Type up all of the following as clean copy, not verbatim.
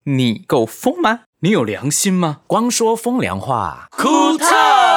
你够疯吗？你有良心吗？ 光说风凉话， 库特。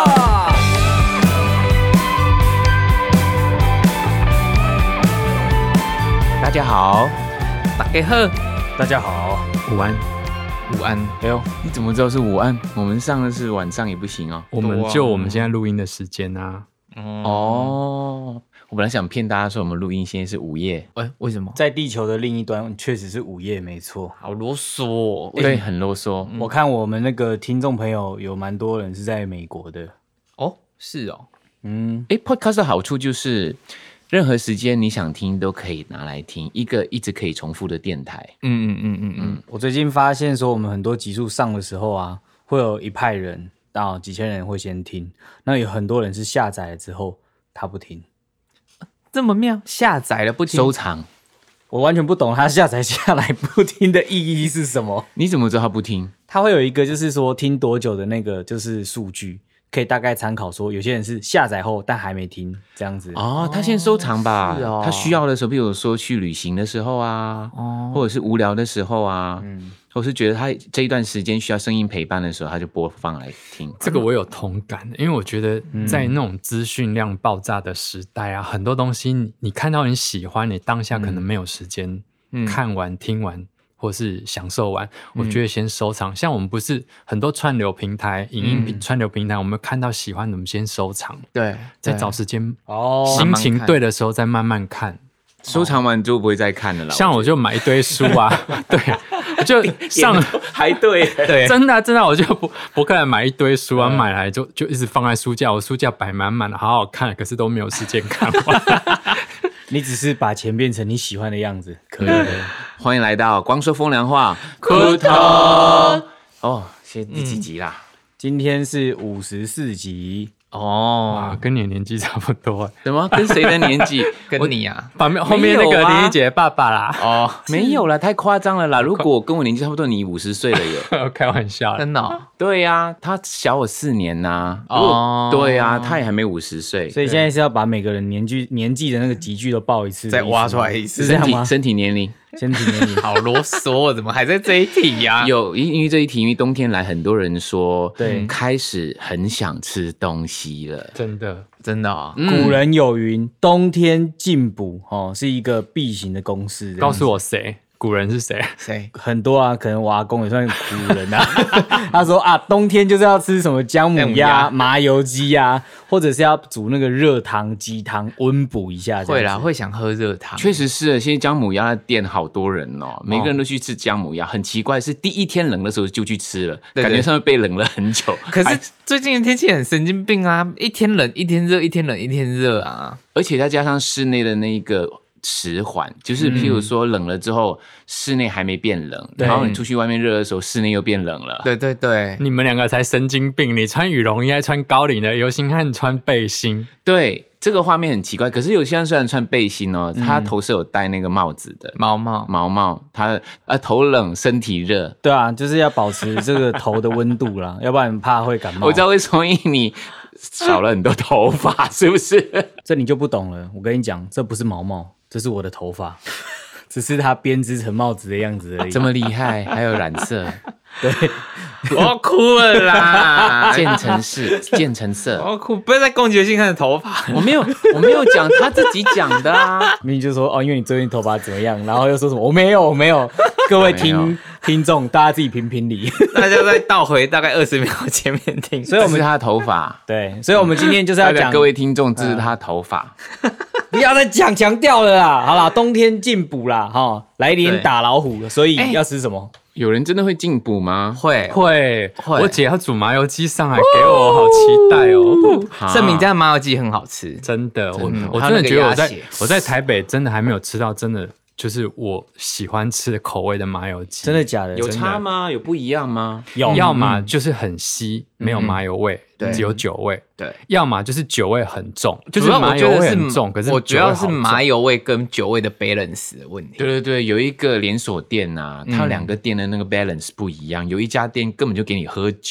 大家好， 大家好， 大家好， 午安。 午安。 哎呦，你怎么知道是午安？我们上的是晚上也不行哦。 我们现在录音的时间啊。 哦，我本来想骗大家说我们录音现在是午夜。 为什么？ 在地球的另一端确实是午夜，没错。 好啰嗦哦。 对，很啰嗦。 我看我们那个听众朋友有蛮多人是在美国的。 哦，是哦。 Podcast 的好处就是任何时间你想听都可以拿来听，一个一直可以重复的电台。 我最近发现说，我们很多集数上的时候啊，会有一派人几千人会先听，那有很多人是下载了之后他不听， 这么妙，下载了不听， 收藏。 我完全不懂他下载下来不听的意义是什么。 你怎么知道他不听？ 他会有一个就是说听多久的那个就是数据。可以大概参考说，有些人是下载后但还没听这样子哦，他先收藏吧， 哦， 他需要的时候，比如说去旅行的时候啊，或者是无聊的时候啊，或是觉得他这一段时间需要声音陪伴的时候，他就播放来听。 这个我有同感，因为我觉得在那种资讯量爆炸的时代啊，很多东西你看到你喜欢，你当下可能没有时间看完、听完。或是享受完，我觉得先收藏。像我们不是很多串流平台、影音串流平台，我们看到喜欢的，我们先收藏， 对， 再找时间心情对的时候再慢慢看。 收藏完就不会再看了啦。 像我就买一堆书啊，对，就上还对， 真的，我就不可能买一堆书啊，买来就一直放在书架，我书架摆满满的，好好看，可是都没有时间看完。 你只是把钱变成你喜欢的样子，可以的。 欢迎来到光说风凉话， 库特。 哦，现在第几集啦？ 今天是54集哦，跟你的年纪差不多。 什么？跟谁的年纪？ 跟你啊？ 后面那个林忆姐爸爸啦。 哦，没有啦，太夸张了啦！如果跟我年纪差不多，你50岁了耶。 开玩笑， 真的哦？ 对呀，他小我4年呐。 哦， 对呀，他也还没50岁， 所以现在是要把每个人年纪的那个集聚都报一次， 再挖出来一次， 是这样吗？ 身体年龄。 身体年龄好啰嗦，怎么还在这一题呀？ 有，因为这一题，因为冬天来，很多人说， 对， 开始很想吃东西了。 真的哦。 古人有云，冬天进补是一个必行的公式。 告诉我谁？古人是谁？ 很多啊，可能我阿公也算古人啊。他说啊，冬天就是要吃什么姜母鸭、麻油鸡啊，或者是要煮那个热汤、鸡汤温补一下。 会啦，会想喝热汤。 确实是，现在姜母鸭的店好多人哦，每个人都去吃姜母鸭。很奇怪，是第一天冷的时候就去吃了，感觉上面被冷了很久。 可是最近的天气很神经病啊，一天冷一天热，一天冷一天热啊， 而且再加上室内的那个迟缓，就是譬如说冷了之后，室内还没变冷，然后你出去外面热的时候，室内又变冷了。 对， 你们两个才神经病！你穿羽绒衣还穿高领的，游行汉穿背心。 对，这个画面很奇怪。可是有些人虽然穿背心哦，他头是有戴那个帽子的，毛帽，他头冷身体热。 对啊，就是要保持这个头的温度啦，要不然怕会感冒。 我知道为什么你少了很多头发，是不是？ 这你就不懂了。我跟你讲，这不是毛毛，这是我的头发，只是它编织成帽子的样子而已。 这么厉害，还有染色。 对， 我要哭了啦！ 渐层色， 我要哭！不要再攻击性看的头发。 我没有讲，他自己讲的啊。 明明就说因为你最近头发怎么样，然后又说什么我没有。各位听众，大家自己评理。 大家再倒回大概20秒前面听。 所以我们是他的头发。 对，所以我们今天就是要讲各位听众，这是他的头发。 不要再强调了啦。好啦，冬天进补啦，来年打老虎，所以要吃什么？ 有人真的会进补吗？ 会， 我姐要煮麻油鸡上来给我，好期待哦！ 盛明家的麻油鸡很好吃， 真的，我真的觉得我在台北真的还没有吃到真的就是我喜欢吃的口味的麻油鸡。 真的假的？ 有差吗？有不一样吗？ 要么就是很稀，没有麻油味，只有酒味。 对， 要么就是酒味很重，就是麻油味很重，可是我主要是麻油味跟酒味的 balance 的问题。 对，有一个连锁店啊，它2个店的那个 balance 不一样，有一家店根本就给你喝酒。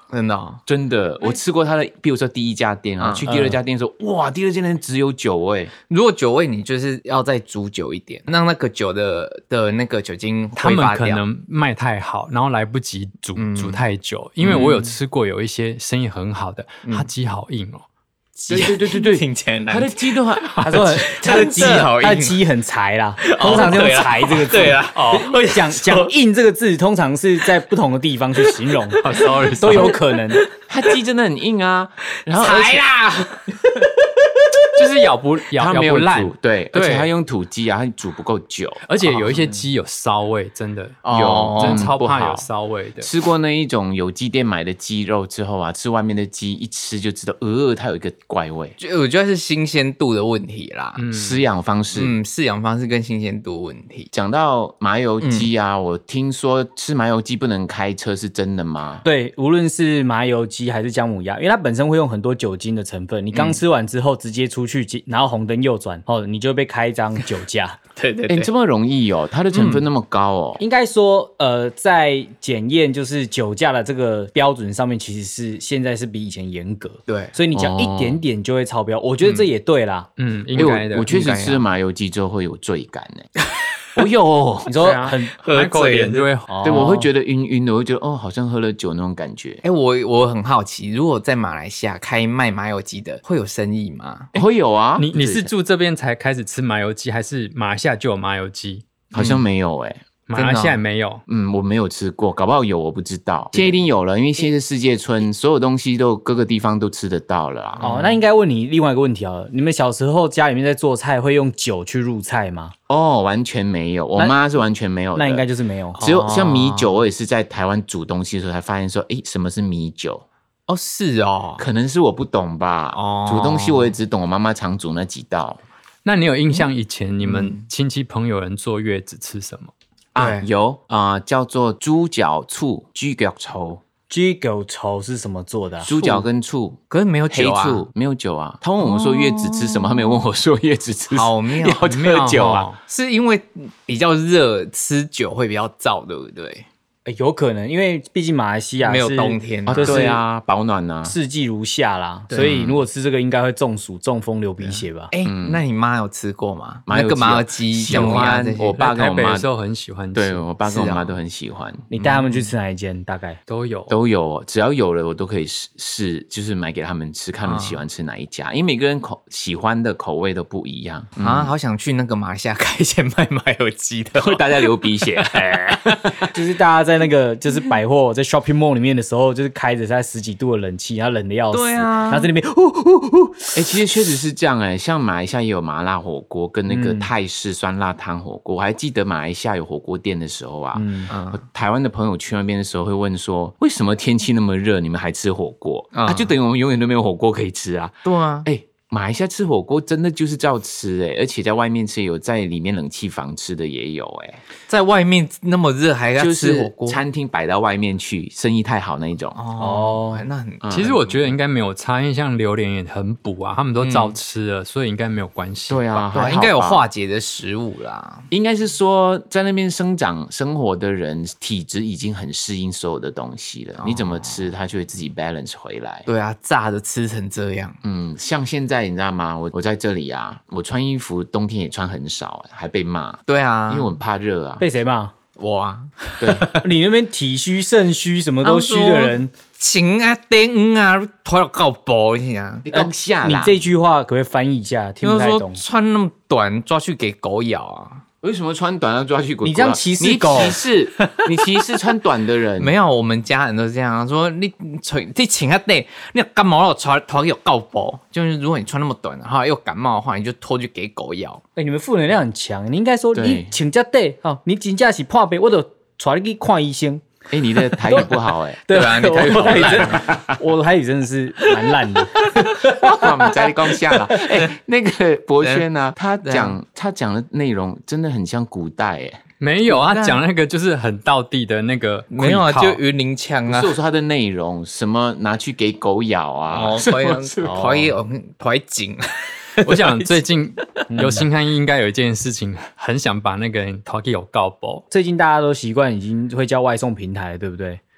真的哦， 真的，我吃过它的，比如说第一家店啊，去第二家店的时候，哇，第二家店只有酒味。 如果酒味，你就是要再煮久一点，让那个酒的那个酒精他们挥发掉。 可能卖太好，然后来不及煮太久。因为我有吃过有一些生意很好的，它鸡好硬哦。 对， 听起来难它的鸡都很， 他说他的鸡好硬他的鸡很柴啦，通常就用柴这个字。 对啦， 会讲硬这个字，通常是在不同的地方去形容 ，sorry， 都有可能。 它鸡真的很硬啊，然后柴啦， 就是咬不烂， 对，而且它用土鸡啊，它煮不够久， 而且有一些鸡有骚味，真的真的超怕有骚味的。 吃过那一种有机店买的鸡肉之后啊，吃外面的鸡一吃就知道，它有一个怪味。 我觉得是新鲜度的问题啦， 饲养方式， 饲养方式跟新鲜度的问题。 讲到麻油鸡啊，我听说吃麻油鸡不能开车，是真的吗？ 对，无论是麻油鸡还是姜母鸭，因为它本身会用很多酒精的成分，你刚吃完之后直接出去，然后红灯右转，你就会被开一张酒驾。 对， 这么容易哦？它的成分那么高哦？ 应该说，在检验就是酒驾的这个标准上面，其实是现在是比以前严格。 对， 所以你讲一点点就会超标，我觉得这也对啦。 应该的。 我确实吃了麻油鸡之后会有醉感呢。我有， 你说很喝醉就会， 对，我会觉得晕晕的，我会觉得好像喝了酒那种感觉。 我很好奇，如果在马来西亚开卖麻油鸡的，会有生意吗？ 会有啊。 你是住这边才开始吃麻油鸡，还是马来西亚就有麻油鸡？ 好像没有马来西亚没有。 我没有吃过，搞不好有，我不知道。现在一定有了，因为现在是世界村，所有东西都各个地方都吃得到了啊。 那应该问你另外一个问题好了，你们小时候家里面在做菜会用酒去入菜吗？ 完全没有，我妈是完全没有的。 那应该就是没有， 只有像米酒，我也是在台湾煮东西的时候才发现说，什么是米酒？ 是哦， 可能是我不懂吧。煮东西我也只懂我妈妈常煮那几道。 那你有印象以前你们亲戚朋友人坐月子吃什么？ 有叫做猪脚醋猪脚稠。 猪脚稠是什么做的？ 猪脚跟醋， 可是没有酒啊， 黑醋没有酒啊。他问我们说月子吃什么，他没有问我说月子吃什么。 好妙， 要喝酒啊？ 是因为比较热，吃酒会比较燥，对不对？ 有可能，因为毕竟马来西亚没有冬天对啊，保暖啊， 四季如夏啦，所以如果吃这个应该会中暑、中风、流鼻血吧？ 那你妈有吃过吗？ 那个麻油鸡、 喜欢，我爸跟我妈的时候很喜欢吃， 对我爸跟我妈都很喜欢。 你带他们去吃哪一间？大概都有， 只要有了我都可以试，就是买给他们吃，看他们喜欢吃哪一家，因为每个人喜欢的口味都不一样啊。好想去那个马来西亚开一间卖麻油鸡的， 会大家流鼻血。 就是大家在那个就是百货在 shopping mall 里面的时候，就是开着在10几度的冷气，然后冷的要死， 对啊， 然后在那边其实确实是这样像马来西亚也有麻辣火锅跟那个泰式酸辣汤火锅，我还记得马来西亚有火锅店的时候啊，台湾的朋友去那边的时候会问说，为什么天气那么热，你们还吃火锅？就等于我们永远都没有火锅可以吃啊。 对啊， 马来西亚吃火锅真的就是照吃而且在外面吃有在里面冷气房吃的也有在外面那么热还要吃火锅， 餐厅摆到外面去，生意太好那一种那很其实我觉得应该没有差，因为像榴莲也很补啊，他们都照吃了，所以应该没有关系。 对啊， 应该有化解的食物啦。 应该是说在那边生活的人体质已经很适应所有的东西了，你怎么吃它就会自己 balance 回来。 对啊，炸的吃成这样， 像现在你知道吗？我在这里啊，我穿衣服冬天也穿很少还被骂。 对啊， 因为我很怕热啊。 被谁骂？ 我啊。 对， 你那边体虚肾虚什么都虚的人， 情啊顶啊，拖到够薄一下。 你刚下啦。 你这句话可不可以翻译一下？听不太懂。 穿那么短抓去给狗咬啊？ 为什么穿短要抓去狗？ 你这样歧视狗？ 你歧视穿短的人？ 没有，我们家人都这样说。你请他带，你感冒了拖有够薄，就是如果你穿那么短，然后又感冒的话，你就拖去给狗咬。 你们负能量很强，你应该说你请假带你真正是破病，我就带你去看医生。 你的台语不好对啊，你台语好烂， 我的台语真的是蛮烂的。 我们在讲下了。那个博轩呢，他讲的内容真的很像古代没有他讲那个就是很道地的那个， 没有啊，就云林腔啊。 不是我说他的内容，什么拿去给狗咬啊， 怀紧。 我想最近有新刊应该有一件事情，很想把那个人讨给有告爆。 最近大家都习惯已经会叫外送平台了，对不对？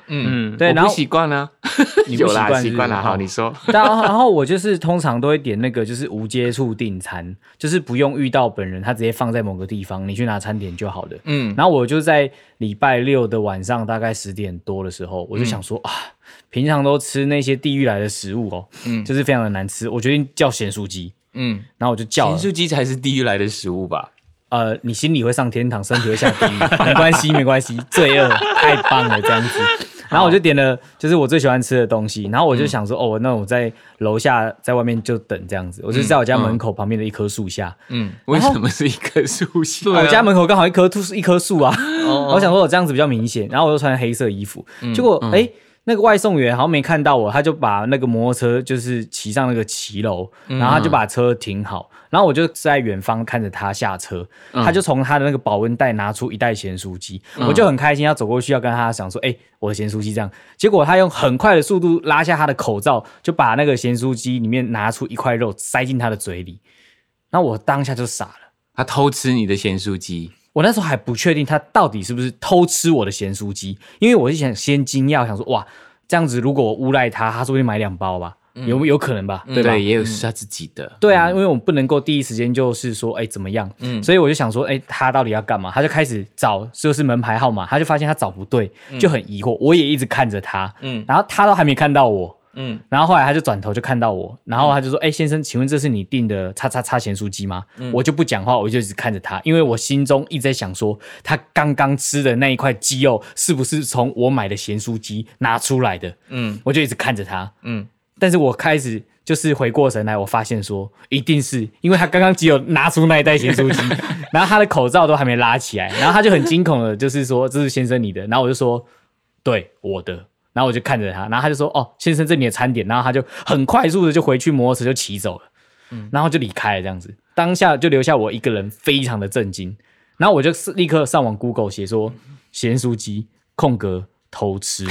对，然后不习惯啊， 你不习惯了，好，你说。 然后我就是通常都会点那个就是无接触订餐，就是不用遇到本人，他直接放在某个地方，你去拿餐点就好的。然后我就在礼拜六的晚上大概10点多的时候，我就想说平常都吃那些地狱来的食物就是非常的难吃，我决定叫咸酥鸡。然后我就叫了咸酥鸡才是地狱来的食物吧？ 你心里会上天堂，身体会下地狱，没关系，罪恶太棒了这样子。然后我就点了就是我最喜欢吃的东西，然后我就想说那我在楼下在外面就等这样子，我就在我家门口旁边的一棵树下。 为什么是一棵树下？ 我家门口刚好一棵树啊。我想说我这样子比较明显，然后我就穿黑色衣服，结果那个外送员好像没看到我，他就把那个摩托车就是骑上那个骑楼，然后他就把车停好，然后我就在远方看着他下车，他就从他的那个保温袋拿出一袋咸酥鸡，我就很开心要走过去要跟他讲说我的咸酥鸡这样，结果他用很快的速度拉下他的口罩，就把那个咸酥鸡里面拿出一块肉塞进他的嘴里，然后我当下就傻了， 他偷吃你的咸酥鸡。 我那时候还不确定他到底是不是偷吃我的咸酥鸡，因为我是想先惊讶，想说哇，这样子如果我诬赖他说不定买2包吧，有可能吧，对吧？ 对，也有是他自己的。 对啊，因为我不能够第一时间就是说怎么样，所以我就想说他到底要干嘛？他就开始找就是门牌号码，他就发现他找不对，就很疑惑，我也一直看着他，然后他都还没看到我。然后后来他就转头就看到我，然后他就说先生请问这是你订的叉叉叉咸酥鸡吗？我就不讲话，我就一直看着他，因为我心中一直在想说他刚刚吃的那一块鸡肉是不是从我买的咸酥鸡拿出来的。我就一直看着他。但是我开始就是回过神来，我发现说一定是因为他刚刚只有拿出那一袋咸酥鸡然后他的口罩都还没拉起来，然后他就很惊恐的就是说这是先生你的，然后我就说对我的，然后我就看着他，然后他就说先生这你的餐点，然后他就很快速的就回去摩托车就骑走了，然后就离开了这样子，当下就留下我一个人非常的震惊，然后我就立刻上网 Google 写说咸酥鸡空格偷吃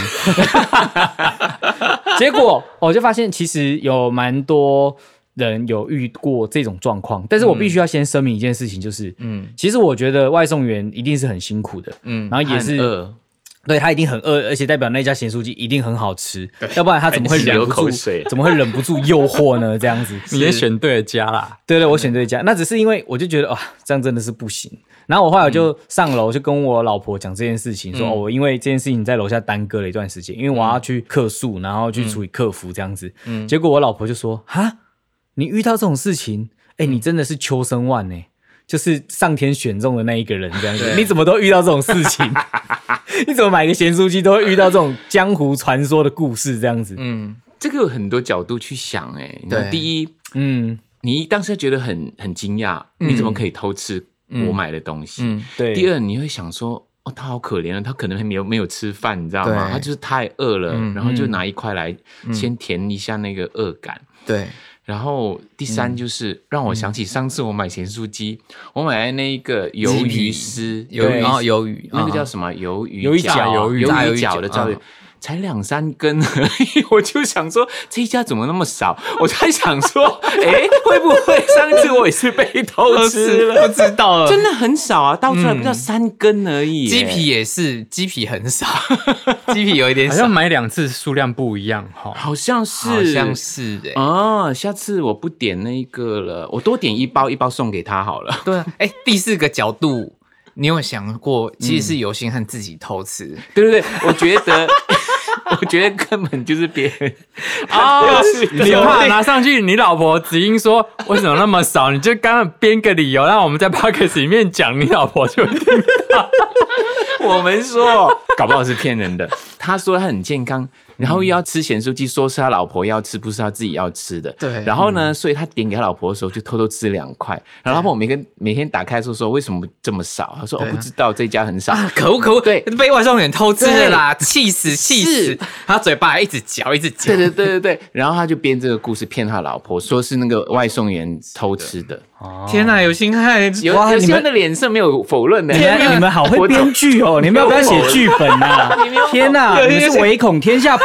结果我就发现其实有蛮多人有遇过这种状况，但是我必须要先声明一件事情，就是其实我觉得外送员一定是很辛苦的，然后也是很饿， 对，他一定很饿，而且代表那家咸酥鸡一定很好吃，要不然他怎么会忍不住诱惑呢？这样子， 你也选对了家啦。 对，我选对家，那只是因为我就觉得这样真的是不行。然后我后来我就上楼就跟我老婆讲这件事情，说我因为这件事情在楼下耽搁了一段时间，因为我要去客诉，然后去处理客服这样子。结果我老婆就说：“哈，你遇到这种事情，你真的是秋生万欸。”就是上天选中的那一个人这样子，你怎么都遇到这种事情？你怎么买个咸酥鸡都会遇到这种江湖传说的故事这样子？ 这个有很多角度去想第一，你当时觉得很惊讶，你怎么可以偷吃我买的东西？ 对。 第二，你会想说，他好可怜啊，他可能没有吃饭，你知道吗？他就是太饿了，然后就拿一块来先填一下那个饿感。 对。 然后第三就是让我想起上次我买咸酥鸡，我买的那一个鱿鱼丝， 鱿鱼那个叫什么鱿鱼饺的照片，才2-3根而已，我就想说这一家怎么那么少？我在想说，会不会上次我也是被偷吃了？ 不知道了， 真的很少啊，倒出来不到3根而已。 鸡皮也是，鸡皮很少，鸡皮有一点少， 好像买2次数量不一样哈， 好像是下次我不点那个了，我多点1包，1包送给他好了。 对啊，第4个角度，你有想过其实是有心汉自己偷吃？ 对，我觉得根本就是别人你怕拿上去，你老婆只因说为什么那么少，你就刚刚编个理由，让我们在 podcast 里面讲，你老婆就会听到。 我们说，搞不好是骗人的。他说他很健康，然后又要吃咸酥鸡，说是他老婆要吃，不是他自己要吃的。 对。 然后呢，所以他点给他老婆的时候，就偷偷吃2块。然后老婆每天打开说为什么这么少？他说不知道，这家很少。 可恶！ 对， 被外送员偷吃了啦，气死！他嘴巴还一直嚼。 对。然后他就编这个故事骗他老婆，说是那个外送员偷吃的。 天哪，有心汉！ 有些人的脸色没有否认的。 你们好会编剧哦！你们要不要写剧本啊？天哪，你们是唯恐天下不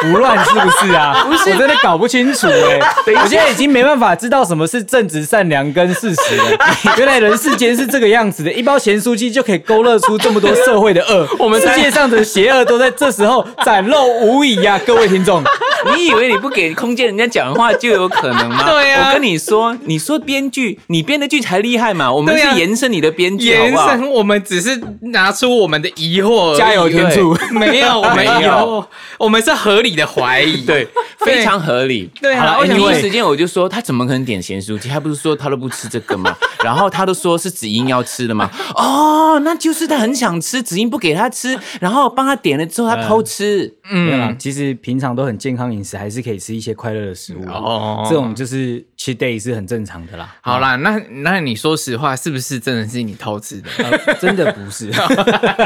胡乱是不是啊？不是，我真的搞不清楚我现在已经没办法知道什么是正直、善良跟事实了。原来人世间是这个样子的，一包咸酥鸡就可以勾勒出这么多社会的恶。我们世界上的邪恶都在这时候展露无遗呀，各位听众。 你以为你不给空间人家讲话就有可能吗？ 对啊， 我跟你说编剧，你编的剧才厉害嘛，我们是延伸你的编剧，好不好？ 延伸，我们只是拿出我们的疑惑而已， 加油添醋， 没有，我们是合理的怀疑， 对，非常合理。 对啊， 我第一时间我就说他怎么可能点咸酥鸡？他不是说他都不吃这个吗？然后他都说是子英要吃的吗？哦，那就是他很想吃，子英不给他吃，然后帮他点了之后他偷吃。 没有啦，其实平常都很健康饮食，还是可以吃一些快乐的食物。这种就是cheat day是很正常的啦。 好啦，那你说实话，是不是真的是你偷吃的？ 真的不是，真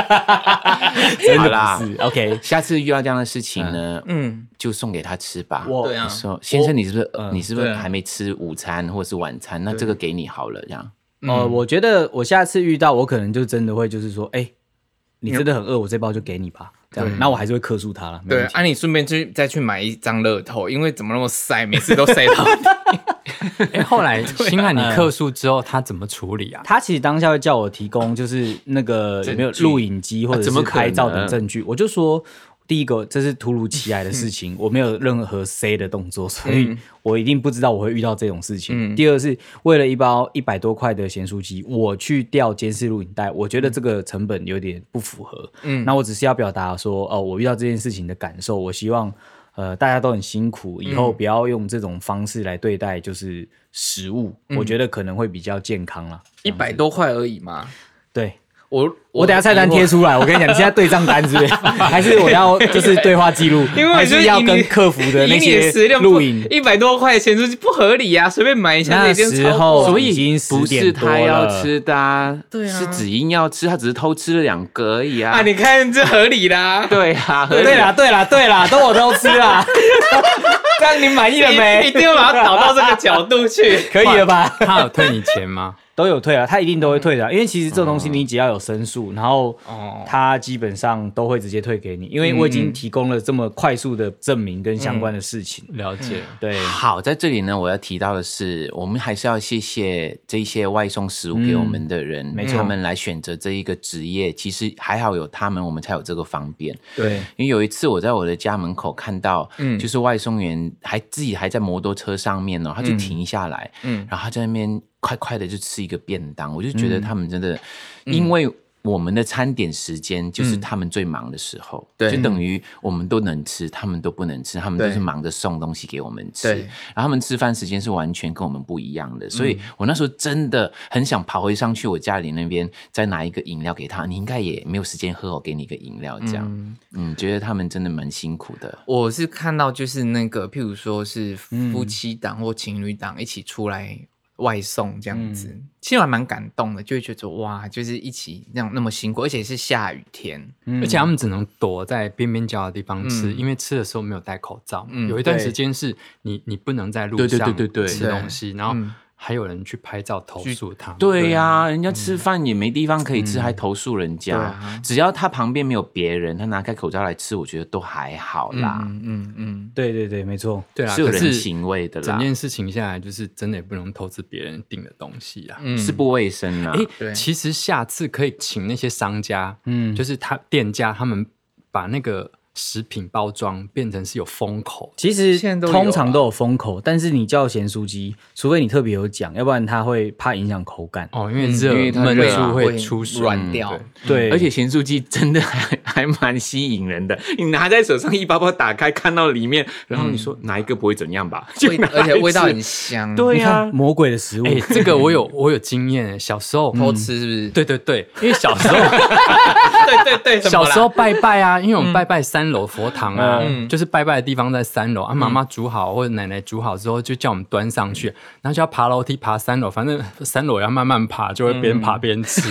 的不是。OK， 下次遇到这样的事情呢，就送给他吃吧。 对啊， 说先生，你是不是还没吃午餐或是晚餐？那这个给你好了，这样。 我觉得我下次遇到，我可能就真的会就是说，你真的很饿，我这包就给你吧。这样，那我还是会客诉他了。 对，你顺便再去买一张乐透，因为怎么那么塞，每次都塞到你。后来星汉你客诉之后，他怎么处理啊？ 他其实当下会叫我提供，就是那个有没有录影机或者是拍照等证据，我就说。第一个，这是突如其来的事情，我没有任何 say 的动作，所以我一定不知道我会遇到这种事情。第二是为了一包100多块的咸酥鸡，我去调监视录影带，我觉得这个成本有点不符合。那我只是要表达说，我遇到这件事情的感受，我希望大家都很辛苦，以后不要用这种方式来对待就是食物，我觉得可能会比较健康啦。 100多块而已嘛。 对。 我等一下菜单贴出来，我跟你讲，你现在对账单是不是？还是我要就是对话记录？ 因为还是要跟客服的那些录影 ，100多块钱就是不合理啊，随便买一下那时候， 所以已经不是他要吃的啊， 对啊， 是子英要吃，他只是偷吃了2个而已啊。 你看这合理啦， 对啊， 对啦，都我都吃啦。这样你满意了没？ 一定要把它导到这个角度去， 可以了吧？ 他有退你钱吗？ 都有退啊，他一定都会退的，因为其实这种东西你只要有申诉，然后他基本上都会直接退给你，因为我已经提供了这么快速的证明跟相关的事情。 了解， 对。 好，在这里呢，我要提到的是，我们还是要谢谢这些外送食物给我们的人，他们来选择这一个职业，其实还好有他们，我们才有这个方便。 对， 因为有一次我在我的家门口看到，就是外送员自己还在摩托车上面他就停下来，然后他在那边快快的就吃一个便当，我就觉得他们真的，因为我们的餐点时间就是他们最忙的时候，就等于我们都能吃，他们都不能吃，他们都是忙着送东西给我们吃，然后他们吃饭时间是完全跟我们不一样的，所以我那时候真的很想跑回上去我家里那边再拿一个饮料给他，你应该也没有时间喝，我给你一个饮料这样，觉得他们真的蛮辛苦的。 我是看到就是那个譬如说是夫妻档或情侣档一起出来外送这样子，其实我还蛮感动的，就会觉得哇，就是一起那么辛苦，而且是下雨天， 而且他们只能躲在边边角的地方吃，因为吃的时候没有戴口罩，有一段时间是你不能在路上吃东西，然后还有人去拍照投诉他。 对呀，人家吃饭也没地方可以吃，还投诉人家。只要他旁边没有别人，他拿开口罩来吃，我觉得都还好啦。 对，没错， 对啦， 是有人情味的啦。 整件事情下来，就是真的也不能偷吃别人订的东西啊， 是不卫生啊。 其实下次可以请那些商家，就是店家他们把那个食品包装变成是有封口， 其实通常都有封口，但是你叫咸酥鸡，除非你特别有讲，要不然它会怕影响口感因为热焖出会出水软掉。 对， 而且咸酥鸡真的还蛮吸引人的，你拿在手上一包包打开，看到里面，然后你说哪一个不会怎样吧？ 而且味道很香。 对呀， 魔鬼的食物。 这个我有经验，小时候偷吃是不是？ 对，因为小时候对， 小时候拜拜啊，因为我们拜3楼佛堂啊，就是拜拜的地方在3楼啊，妈妈煮好或者奶奶煮好之后，就叫我们端上去，然后就要爬楼梯爬3楼，反正3楼要慢慢爬，就会边爬边吃。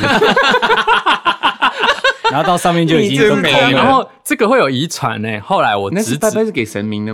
然后到上面就已经都空了。 然后这个会有遗传后来我那是拜拜是给神明的嘛？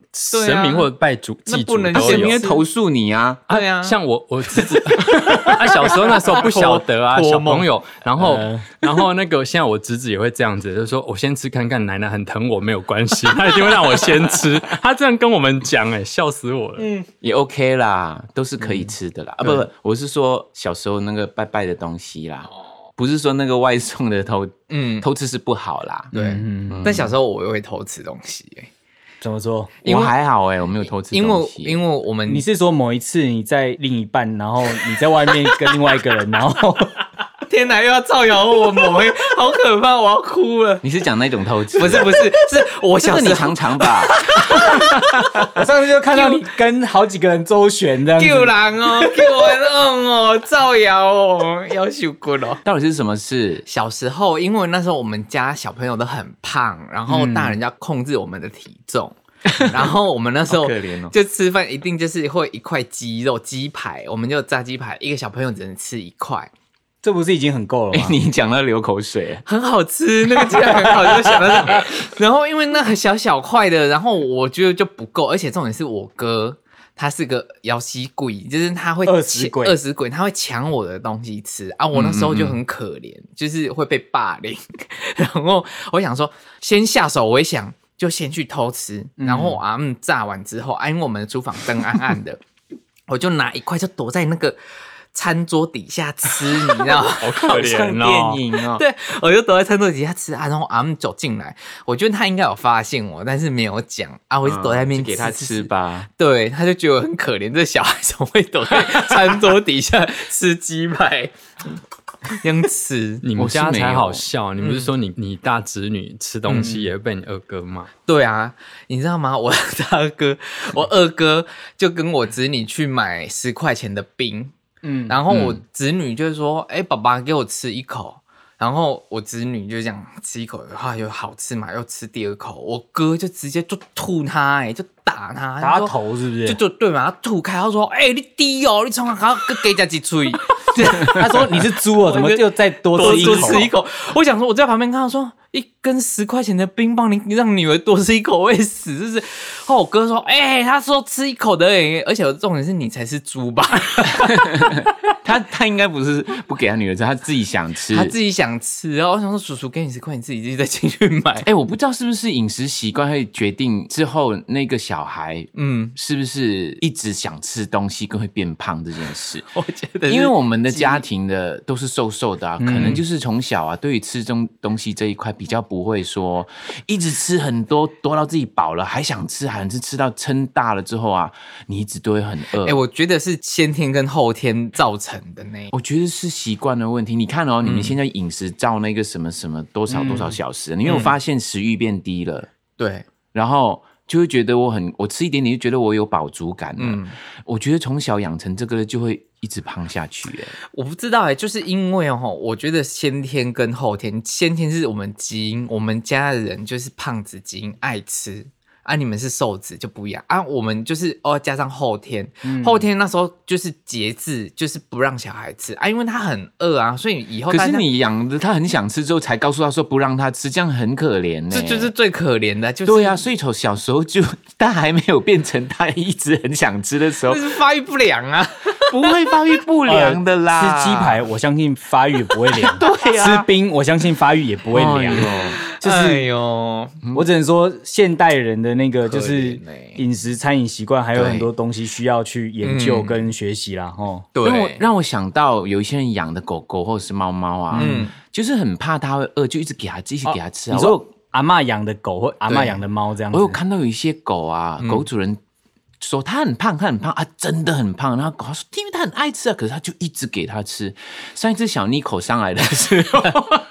神明或者拜祭祖不能都有神明会投诉你啊。 对啊， 像我侄子，小时候那时候不晓得啊，小朋友，然后那个现在我侄子也会这样子，就是说我先吃看看，奶奶很疼我没有关系，他一定会让我先吃，他这样跟我们讲，笑死我了。 也 OK 啦，都是可以吃的啦。不，我是说小时候那个拜的东西啦。不是说那个外送的偷吃是不好啦。 对，但小时候我也会偷吃东西怎么说？ 我还好我没有偷吃东西。 因为你是说某一次你在另一半，然后你在外面跟另外一个人，然后天哪，又要造谣我们，好可怕，我要哭了。 你是讲那种偷吃？ 不是，是我小时候你常常吧。 我上次就看到你跟好几个人周旋这样子。 救人哦，救人哦，造谣哦，要受过哦。 到底是什么事？ 小时候，因为那时候我们家小朋友都很胖，然后大人要控制我们的体重。然后我们那时候就吃饭一定就是会一块鸡肉鸡排，我们就炸鸡排，一个小朋友只能吃一块。 这不是已经很够了吗？ 你讲到流口水， 很好吃，那个鸡排很好吃，就想到然后因为那很小块的，然后我觉得就不够，而且重点是我哥他是个摇西鬼，就是他会20鬼，他会抢我的东西吃啊！我那时候就很可怜，就是会被霸凌。然后我想说，先下手为强，就先去偷吃。然后炸完之后，因为我们的厨房灯暗暗的，我就拿一块就躲在那个餐桌底下吃，你知道吗？ 好可怜哦，电影哦。 对，我就躲在餐桌底下吃啊，然后走进来，我觉得他应该有发现我，但是没有讲啊，我就躲在那边给他吃吧。 对，他就觉得我很可怜，这小孩怎么会躲在餐桌底下吃鸡排？这样吃， 你们家才好笑。你不是说你大侄女吃东西也会被你二哥骂？ 对啊，你知道吗？我二哥就跟我侄女去买10块钱的冰。然后我侄女就说：“爸爸给我吃一口。”然后我侄女就这样吃一口，又好吃嘛，又吃第二口。我哥就直接就吐他，就打他， 打他头是不是？ 就对嘛，他吐开，他说：“你低哦，你从哪还要给人家几嘴？” 他说：“你是猪哦，怎么就再多吃一口？” 我想说，我在旁边看到说，一根10块钱的冰棒，你让女儿多吃一口会死，就是。后我哥说：“他说吃一口的而且重点是你才是猪吧？” 他应该不是不给他女儿吃，他自己想吃， 他自己想吃。然后我想说，叔叔给你10块，你自己再进去买。 我不知道是不是饮食习惯会决定之后那个小孩，是不是一直想吃东西更会变胖这件事？ 我觉得， 因为我们的家庭的都是瘦瘦的可能就是从小对于吃东西这一块比较不会说一直吃很多，多到自己饱了还想吃，还是吃到撑大了之后你一直都会很饿。 我觉得是先天跟后天造成的呢。 我觉得是习惯的问题。你看你们现在饮食照那个什么什么多少小时，你有发现食欲变低了？ 对， 然后就会觉得我吃一点点就觉得我有饱足感了。我觉得从小养成这个就会一直胖下去。 我不知道就是因为我觉得先天跟后天，先天是我们基因，我们家的人就是胖子基因，爱吃。你们是瘦子就不一样我们就是加上后天，后天那时候就是节制，就是不让小孩吃因为他很饿所以以后可是你养的他很想吃之后才告诉他说不让他吃，这样很可怜这就是最可怜的，就是对啊，所以从小时候就他还没有变成他一直很想吃的时候， 那是发育不良不会发育不良的啦。 吃鸡排我相信发育也不会良对啊， 吃冰我相信发育也不会良就是我只能说现代人的那个就是饮食餐饮习惯还有很多东西需要去研究跟学习啦对， 让我想到有一些人养的狗狗或者是猫猫就是很怕它会饿，就一直给它吃你说阿嬷养的狗或阿嬷养的猫这样子？ 我有看到有一些狗狗主人说它很胖真的很胖，然后狗说因为它很爱吃可是它就一直给它吃。上一次小妮口上来的时候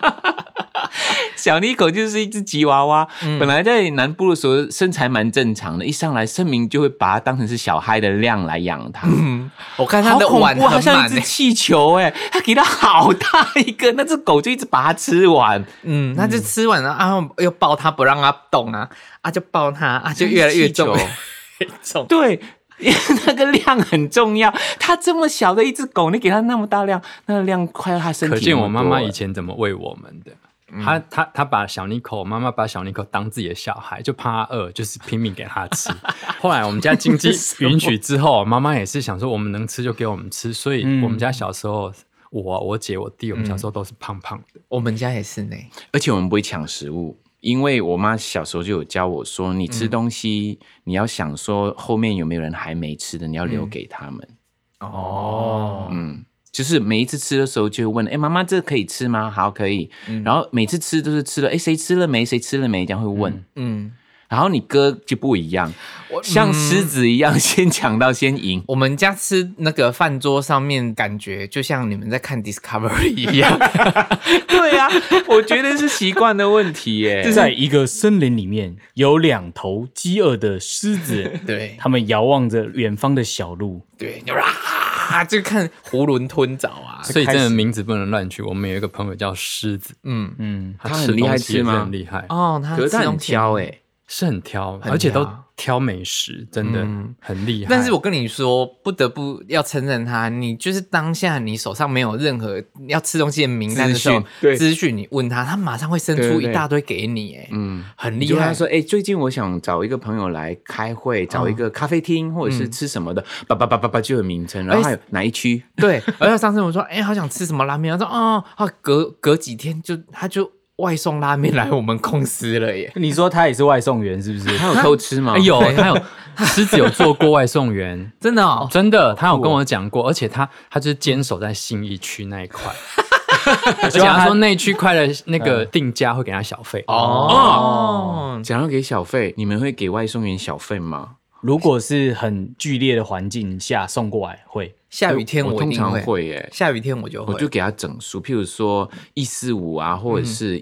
小妮口就是一只吉娃娃，本来在南部的时候身材蛮正常的，一上来盛明就会把它当成是小孩的量来养它。 我看它的碗很满， 好像一只气球它给它好大一个，那只狗就一直把它吃完。 它就吃完了又抱它不让它动就抱它就越来越重。 对，那个量很重要。它这么小的一只狗，你给它那么大量，那个量快要它身体。 可见我妈妈以前怎么喂我们的。 他把小妮可妈妈把小妮可当自己的小孩，就怕他饿，就是拼命给他吃。后来我们家经济允许之后，妈妈也是想说我们能吃就给我们吃，所以我们家小时候，我姐我弟我们小时候都是胖胖的。 我们家也是呢， 而且我们不会抢食物。因为我妈小时候就有教我说，你吃东西，你要想说后面有没有人还没吃的，你要留给他们。就是每一次吃的时候就会问，妈妈这可以吃吗？好，可以。然后每次吃都是吃了，谁吃了没？谁吃了没？这样会问。然后你哥就不一样，像狮子一样先抢到先赢。 我们家吃那个饭桌上面，感觉就像你们在看 Discovery 一样。 对啊，我觉得是习惯的问题耶。 就在一个森林里面，有2头饥饿的狮子， 对， 他们遥望着远方的小路， 对，就看囫囵吞枣啊。 所以真的名字不能乱取。我们有一个朋友叫狮子， 他很厉害吃吗？ 很厉害哦， 可是他很挑是很挑，而且都挑美食，真的很厉害。 但是我跟你说，不得不要承认他，你就是当下你手上没有任何要吃东西的名单的时候，资讯你问他，他马上会生出一大堆给你，很厉害。 他说，最近我想找一个朋友来开会，找一个咖啡厅或者是吃什么的，叭就有名称，然后还有哪一区？ 对，而且上次我说，好想吃什么拉面，他说，隔几天他就外送拉面来我们公司了耶！ 你说他也是外送员是不是？ 他有偷吃吗？ 有，狮子有做过外送员， 真的哦， 真的，他有跟我讲过，而且他就是坚守在信义区那一块，而且他说那一区块的那个定价会给他小费讲到给小费，你们会给外送员小费吗？ 如果是很剧烈的环境下送过来会。 下雨天我通常会耶， 下雨天我就给他整数，譬如说145啊，或者是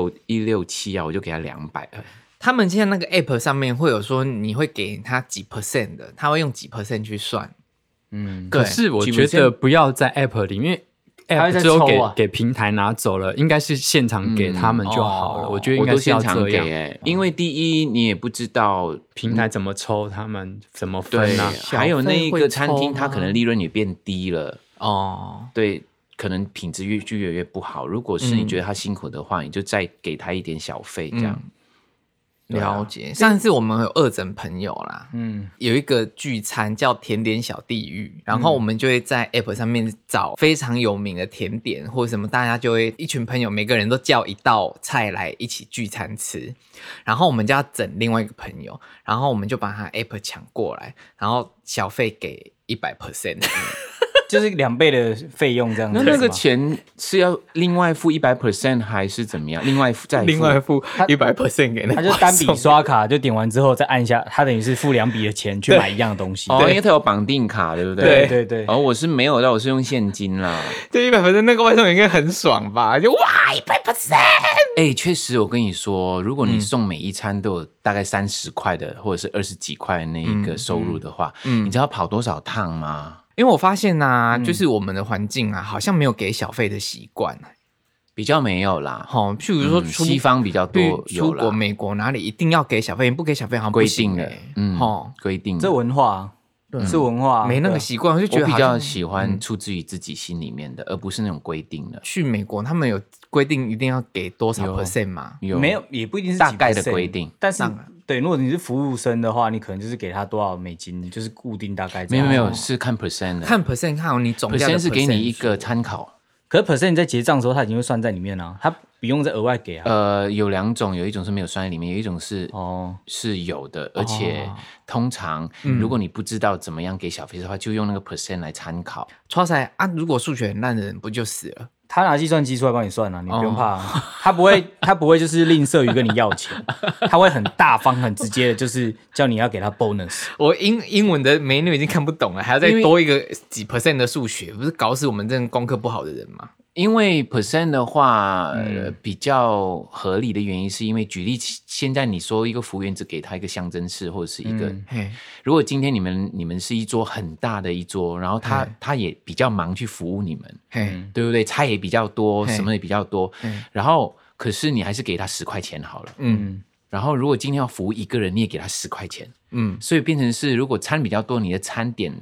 167啊，我就给他200。 他们现在那个 app 上面会有说你会给他几 % 的，他会用几 % 去算。 可是我觉得不要在 app 里面。app 只有给平台拿走了，应该是现场给他们就好了。我觉得应该是要这样， 因为第一你也不知道平台怎么抽，他们怎么分啊？ 还有那一个餐厅，它可能利润也变低了对，可能品质越来越不好。如果是你觉得他辛苦的话，你就再给他一点小费，这样。 了解。上次我们有2诊朋友啦，有一个聚餐叫甜点小地狱，然后我们就会在 app 上面找非常有名的甜点或者什么，大家就会一群朋友每个人都叫一道菜来一起聚餐吃，然后我们就要整另外一个朋友，然后我们就把他 app 抢过来，然后小费给100%。 就是2倍的费用这样子。 那个钱是要另外付100% 还是怎么样？另外付 100% 给那个， 他就单笔刷卡，就点完之后再按下，他等于是付2笔的钱去买一样的东西。 因为他有绑定卡，对不对？ 对。 我是没有的，我是用现金啦。 对，100%那个外送员应该很爽吧？就哇100%。 确实，我跟你说，如果你送每一餐都有大概30块的，或者是20几块的那一个收入的话，你知道跑多少趟吗？ 因为我发现就是我们的环境好像没有给小费的习惯， 比较没有啦。 譬如说西方比较多有啦， 出国美国哪里一定要给小费，不给小费好像不行规定的。 这文化是文化， 没那个习惯，我就觉得我比较喜欢出自于自己心里面的，而不是那种规定的。 去美国他们有规定一定要给多少%吗？ 没有，也不一定是大概的规定， 但是对，如果你是服务生的话，你可能就是给他多少美金，就是固定大概这样。 没有，是看 percent 的， 看 percent 看你总价的 percent 是给你一个参考。 可是 percent 你在结账的时候，它已经会算在里面了，它不用再额外给啊。 有2种，有一种是没有算在里面，有一种是有的，而且通常如果你不知道怎么样给小费的话，就用那个 percent 来参考。 超赛如果数学很烂的人不就死了？ 他拿计算机出来帮你算你不用怕他不会就是吝啬于跟你要钱，他会很大方很直接的，就是叫你要给他 bonus。 我英文的menu已经看不懂了，还要再多一个几%的数学，不是搞死我们这种功课不好的人吗？ 因为 percent 的话，比较合理的原因是因为举例，现在你说一个服务员只给他一个象征式或者是一个，如果今天你们是一桌很大的一桌，然后他也比较忙去服务你们，对不对？菜也比较多，什么也比较多，然后可是你还是给他10块钱好了，然后如果今天要服务一个人，你也给他10块钱，所以变成是如果餐比较多，你的餐点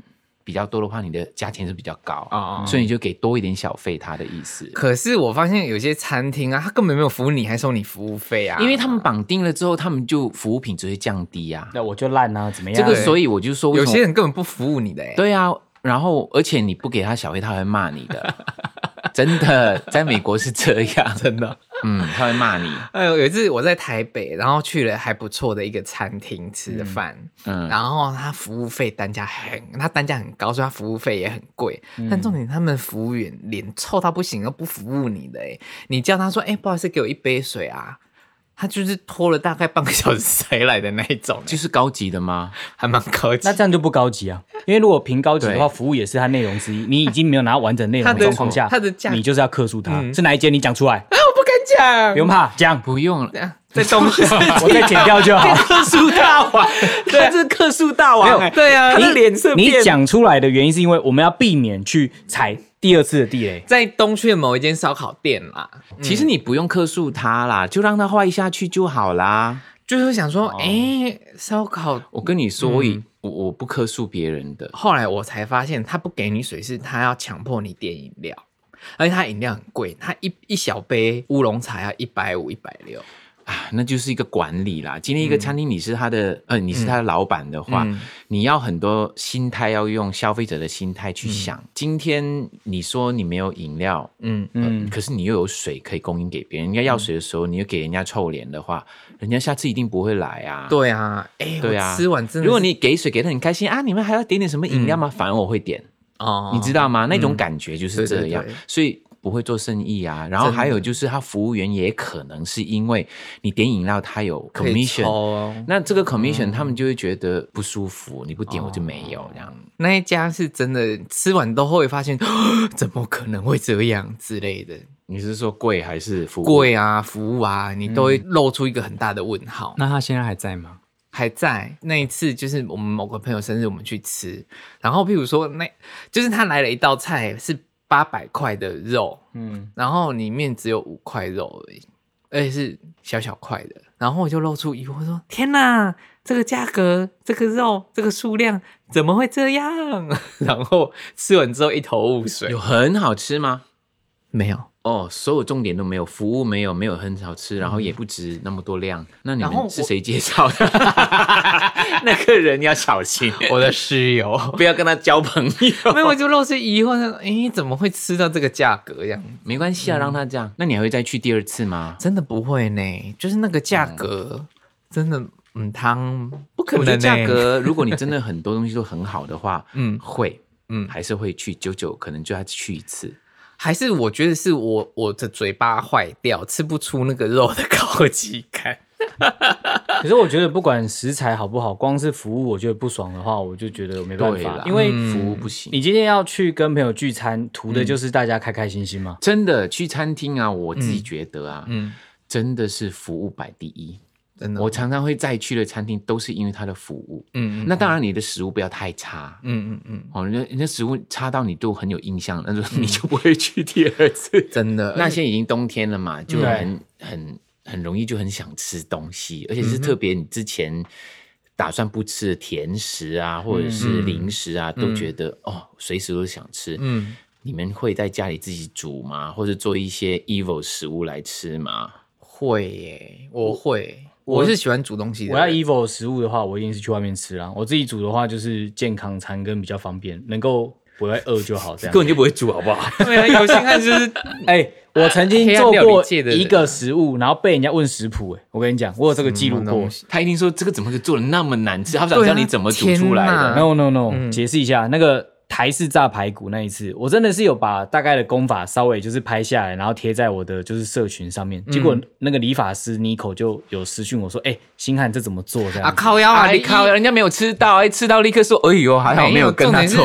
比较多的话，你的价钱是比较高，所以你就给多一点小费，他的意思。 可是我发现有些餐厅啊，他根本没有服务你，还收你服务费啊， 因为他们绑定了之后，他们就服务品质会降低啊。 那我就烂啊，怎么样？ 这个所以我就说， 有些人根本不服务你的对啊，然后而且你不给他小费，他会骂你的，真的，在美国是这样， 真的。 他会骂你。 有一次我在台北，然后去了还不错的一个餐厅吃的饭，然后他服务费单价很高，所以他服务费也很贵。但重点他们服务员脸臭到不行，都不服务你的你叫他说，不好意思，给我一杯水啊。他就是拖了大概半个小时才来的那一种， 就是高级的吗？ 还蛮高级。 那这样就不高级啊，因为如果评高级的话，服务也是它内容之一。你已经没有拿到完整内容的状况下，你就是要客诉他。是哪一间？你讲出来。 我不敢讲， 不用怕，讲不用了。 在东区， 我再剪掉就好。 客诉大王，他是客诉大王。 对啊， 他的脸色变。你讲出来的原因是因为我们要避免去踩第二次的地雷。 在东区的某一间烧烤店啦， 其实你不用客诉他啦，就让他坏下去就好啦。 就是想说，烧烤， 我跟你说，我不客诉别人的。 后来我才发现，他不给你水是他要强迫你点饮料，而且他饮料很贵，他一小杯乌龙茶要150、160。 那就是一个管理啦。今天一个餐厅你是他的你是他的老板的话，你要很多心态，要用消费者的心态去想。今天你说你没有饮料，可是你又有水可以供应给别人，人家要水的时候你又给人家臭脸的话，人家下次一定不会来啊。 对啊，对啊，我吃完真的， 如果你给水给得很开心啊，你们还要点点什么饮料吗？反而我会点你知道吗？那种感觉就是这样，所以不会做生意啊。然后还有就是他服务员也可能是因为你点饮料他有 commission，那这个 commission 他们就会觉得不舒服，你不点我就没有这样。 那一家是真的吃完都会发现怎么可能会这样之类的。 你是说贵还是服务？ 贵啊，服务啊，你都会露出一个很大的问号。 那他现在还在吗？ 还在。那一次就是我们某个朋友生日，我们去吃，然后譬如说就是他来了一道菜是800块的肉，然后里面只有5块肉而已，而且是小小块的，然后我就露出疑惑说：“天哪，这个价格，这个肉，这个数量怎么会这样？”然后吃完之后一头雾水。 有很好吃吗？ 没有。 所有重点都没有，服务没有很好吃，然后也不值那么多量。那你们是谁介绍的？那个人要小心， 我的室友， 不要跟他交朋友。 没有，我就露出疑惑，怎么会吃到这个价格这样？ 没关系啊，让他这样。那你还会再去第二次吗？ 真的不会呢，就是那个价格，真的不可能。 我觉得价格，如果你真的很多东西都很好的话，会，还是会去，久久可能就要去一次。 还是我觉得是我的嘴巴坏掉，吃不出那个肉的高级感。 可是我觉得不管食材好不好，光是服务我觉得不爽的话，我就觉得没办法，因为服务不行。 你今天要去跟朋友聚餐，图的就是大家开开心心嘛。 真的去餐厅啊，我自己觉得啊，真的是服务摆第一。我常常会再去的餐厅都是因为它的服务，那当然你的食物不要太差，人家食物差到你都很有印象，那你就不会去第二次。 真的， 那现在已经冬天了嘛，就很容易就很想吃东西，而且是特别你之前打算不吃的甜食啊，或者是零食啊，都觉得随时都想吃。你们会在家里自己煮吗？或者做一些 evil 食物来吃吗？ 会耶，我会。我是喜欢煮东西的。 我要 evil 食物的话，我一定是去外面吃啦。我自己煮的话，就是健康餐跟比较方便，能够不会饿就好。这样根本就不会煮，好不好？ 对啊，有心汉就是我曾经做过一个食物，然后被人家问食谱。我跟你讲，我有这个记录过。 他一定说这个怎么可以做的那么难吃？他想知道你怎么煮出来的。 No， 解释一下那个。台式炸排骨那一次，我真的是有把大概的功法稍微就是拍下来，然后贴在我的就是社群上面。结果那个理发师 Nico 就有私讯我说：“星汉这怎么做？”这样靠腰啊， 靠腰，人家没有吃到，吃到立刻说：“哎呦，还好没有跟他做。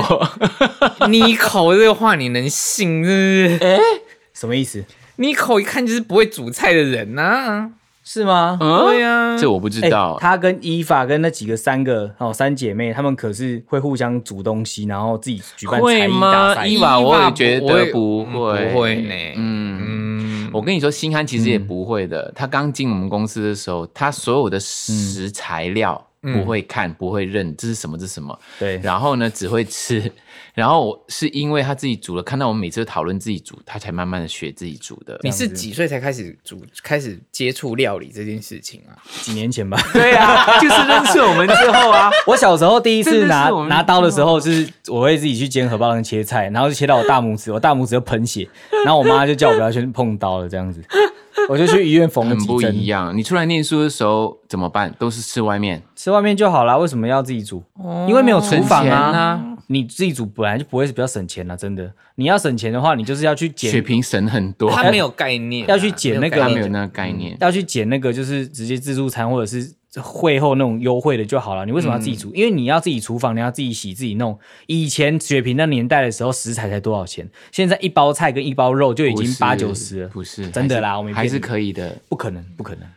”Nico 这个话你能信是不是？ 什么意思 ？Nico 一看就是不会煮菜的人啊。 是吗？ 对啊， 这我不知道。 他跟伊法跟那几个三姐妹，她们可是会互相煮东西，然后自己举办才艺大赛。 伊法我也觉得不会呢。 我跟你说，星汉其实也不会的。他刚进我们公司的时候，他所有的食材料不会看，不会认这是什么，这是什么。 对， 然后呢，只会吃。然后是因为他自己煮了，看到我们每次讨论自己煮，他才慢慢的学自己煮的。 你是几岁才开始开始接触料理这件事情啊？ 几年前吧。 对啊，就是认识我们之后啊。 我小时候第一次拿刀的时候，是我会自己去煎荷包蛋切菜，然后就切到我大拇指，我大拇指就喷血，然后我妈就叫我不要去碰刀了，这样子。我就去医院缝了几针。 很不一样。你出来念书的时候怎么办？都是吃外面， 吃外面就好啦。为什么要自己煮？因为没有厨房啊。你自己煮本来就不会比较省钱啦，真的。你要省钱的话，你就是要去捡。 水平省很多。 他没有概念， 要去捡那个， 他没有那个概念， 要去捡那个就是直接自助餐或者是会后那种优惠的就好了。你为什么要自己煮？因为你要自己厨房，你要自己洗自己弄。以前雪萍那年代的时候，食材才多少钱？现在一包菜跟一包肉就已经80-90了。 不是， 真的啦，我们还是可以的。 不可能。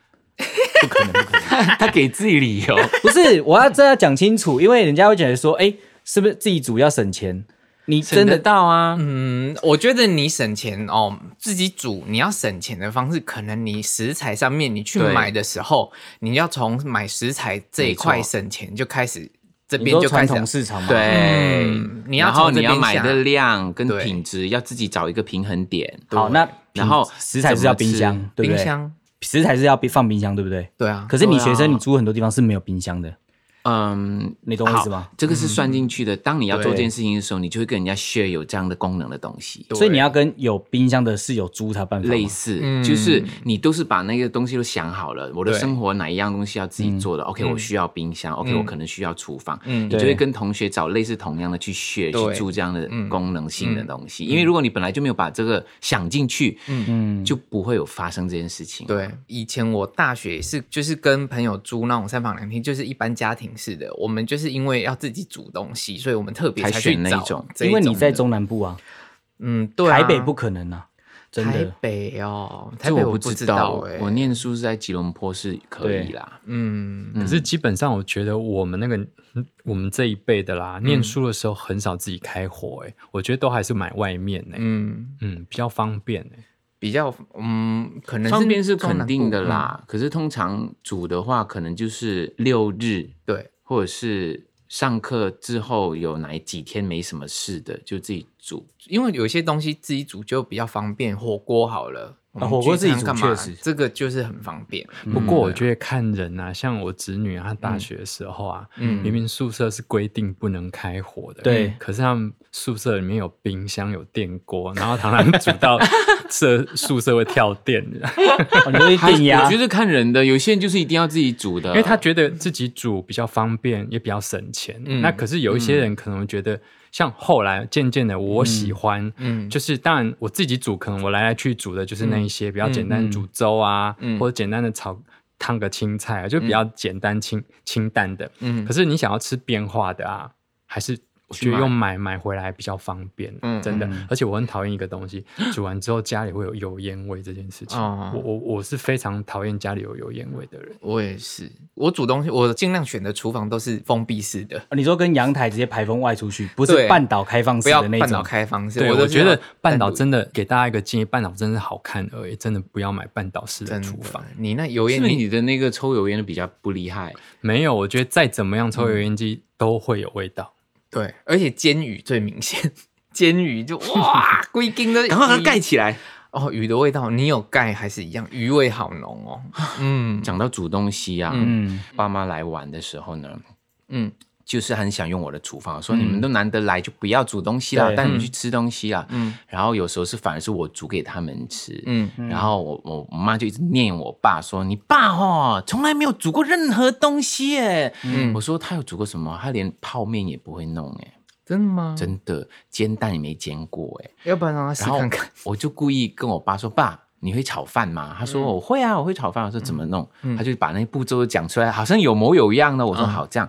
他给自己理由。 不是，我这要讲清楚，因为人家会觉得说，是不是自己煮要省钱？你真的省得到啊？ 我觉得你省钱哦，自己煮你要省钱的方式，可能你食材上面你去买的时候，你要从买食材这一块省钱就开始。这边就开始传统市场嘛， 对， 然后你要买的量跟品质要自己找一个平衡点。 好，那然后食材是要冰箱，对不对？ 冰箱食材是要放冰箱，对不对？ 对啊。 可是你学生，你住很多地方是没有冰箱的。你懂我意思吗？ 这个是算进去的。当你要做这件事情的时候，你就会跟人家 share 有这样的功能的东西。 所以你要跟有冰箱的室友租才办法。 类似，就是你都是把那个东西都想好了。我的生活哪一样东西要自己做的 ？OK， 我需要冰箱。OK， 我可能需要厨房。你就会跟同学找类似同样的去 share 去做这样的功能性的东西。因为如果你本来就没有把这个想进去，就不会有发生这件事情。 对，以前我大学也是，就是跟朋友租那种3房2厅，就是一般家庭式的。我们就是因为要自己煮东西，所以我们特别才去找那种。 因为你在中南部啊， 对啊， 台北不可能啊，真的。 台北哦，台北我不知道我念书是在吉隆坡是可以啦。 可是基本上我觉得我们这一辈的啦，念书的时候很少自己开火，我觉得都还是买外面比较方便比较可能方便是肯定的啦。可是通常煮的话，可能就是6日， 对， 或者是上课之后有哪几天没什么事的，就自己煮。 因为有些东西自己煮就比较方便，火锅好了。 火锅自己煮确实， 这个就是很方便。 不过我觉得看人啊，像我侄女她大学的时候啊，明明宿舍是规定不能开火的， 对， 可是他们宿舍里面有冰箱、有电锅，然后常常煮到宿舍会跳电的。 你会电压？ 我觉得看人的，有些人就是一定要自己煮的， 因为他觉得自己煮比较方便，也比较省钱。那可是有一些人可能觉得。像后来渐渐的我喜欢就是当然我自己煮可能我来去煮的就是那一些比较简单煮粥啊或者简单的烫个青菜啊就比较简单清淡的可是你想要吃变化的啊还是我觉得用买回来比较方便真的而且我很讨厌一个东西煮完之后家里会有油烟味这件事情我是非常讨厌家里有油烟味的人。 我也是，我煮东西我尽量选的厨房都是封闭式的。 你说跟阳台直接排风外出去，不是半岛开放式的那种。 不要半岛开放式。 对，我觉得半岛真的给大家一个建议，半岛真的好看而已，真的不要买半岛式的厨房。 你那油烟， 是不是你的那个抽油烟的比较不厉害？ 没有，我觉得再怎么样抽油烟机都会有味道。 对，而且煎鱼最明显，煎鱼就哇，规定的， 然后它盖起来。 鱼的味道，你有盖还是一样？鱼味好浓哦。 讲到煮东西啊，爸妈来玩的时候呢，就是很想用我的厨房，说你们都难得来，就不要煮东西啦，带你们去吃东西啦。然后有时候反而是我煮给他们吃。然后我妈就一直念我爸说：“你爸从来没有煮过任何东西耶。”我说他有煮过什么？他连泡面也不会弄耶。 真的吗？ 真的，煎蛋也没煎过哎。 要不然让他试看看。 我就故意跟我爸说：“爸，你会炒饭吗？”他说：“我会啊，我会炒饭。”我说：“怎么弄？”他就把那步骤讲出来，好像有模有样的。我说：“好，这样。”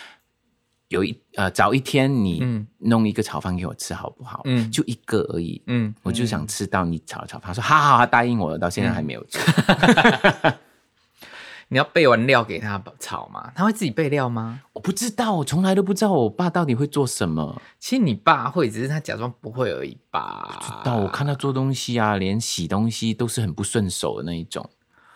早一天你弄一个炒饭给我吃好不好？就一个而已。我就想吃到你炒饭。他说：“好好，他答应我了，到现在还没有做。” 你要备完料给他炒吗？他会自己备料吗？ 我不知道，我从来都不知道我爸到底会做什么。 其实你爸会，只是他假装不会而已吧。 不知道，我看他做东西啊，连洗东西都是很不顺手的那一种。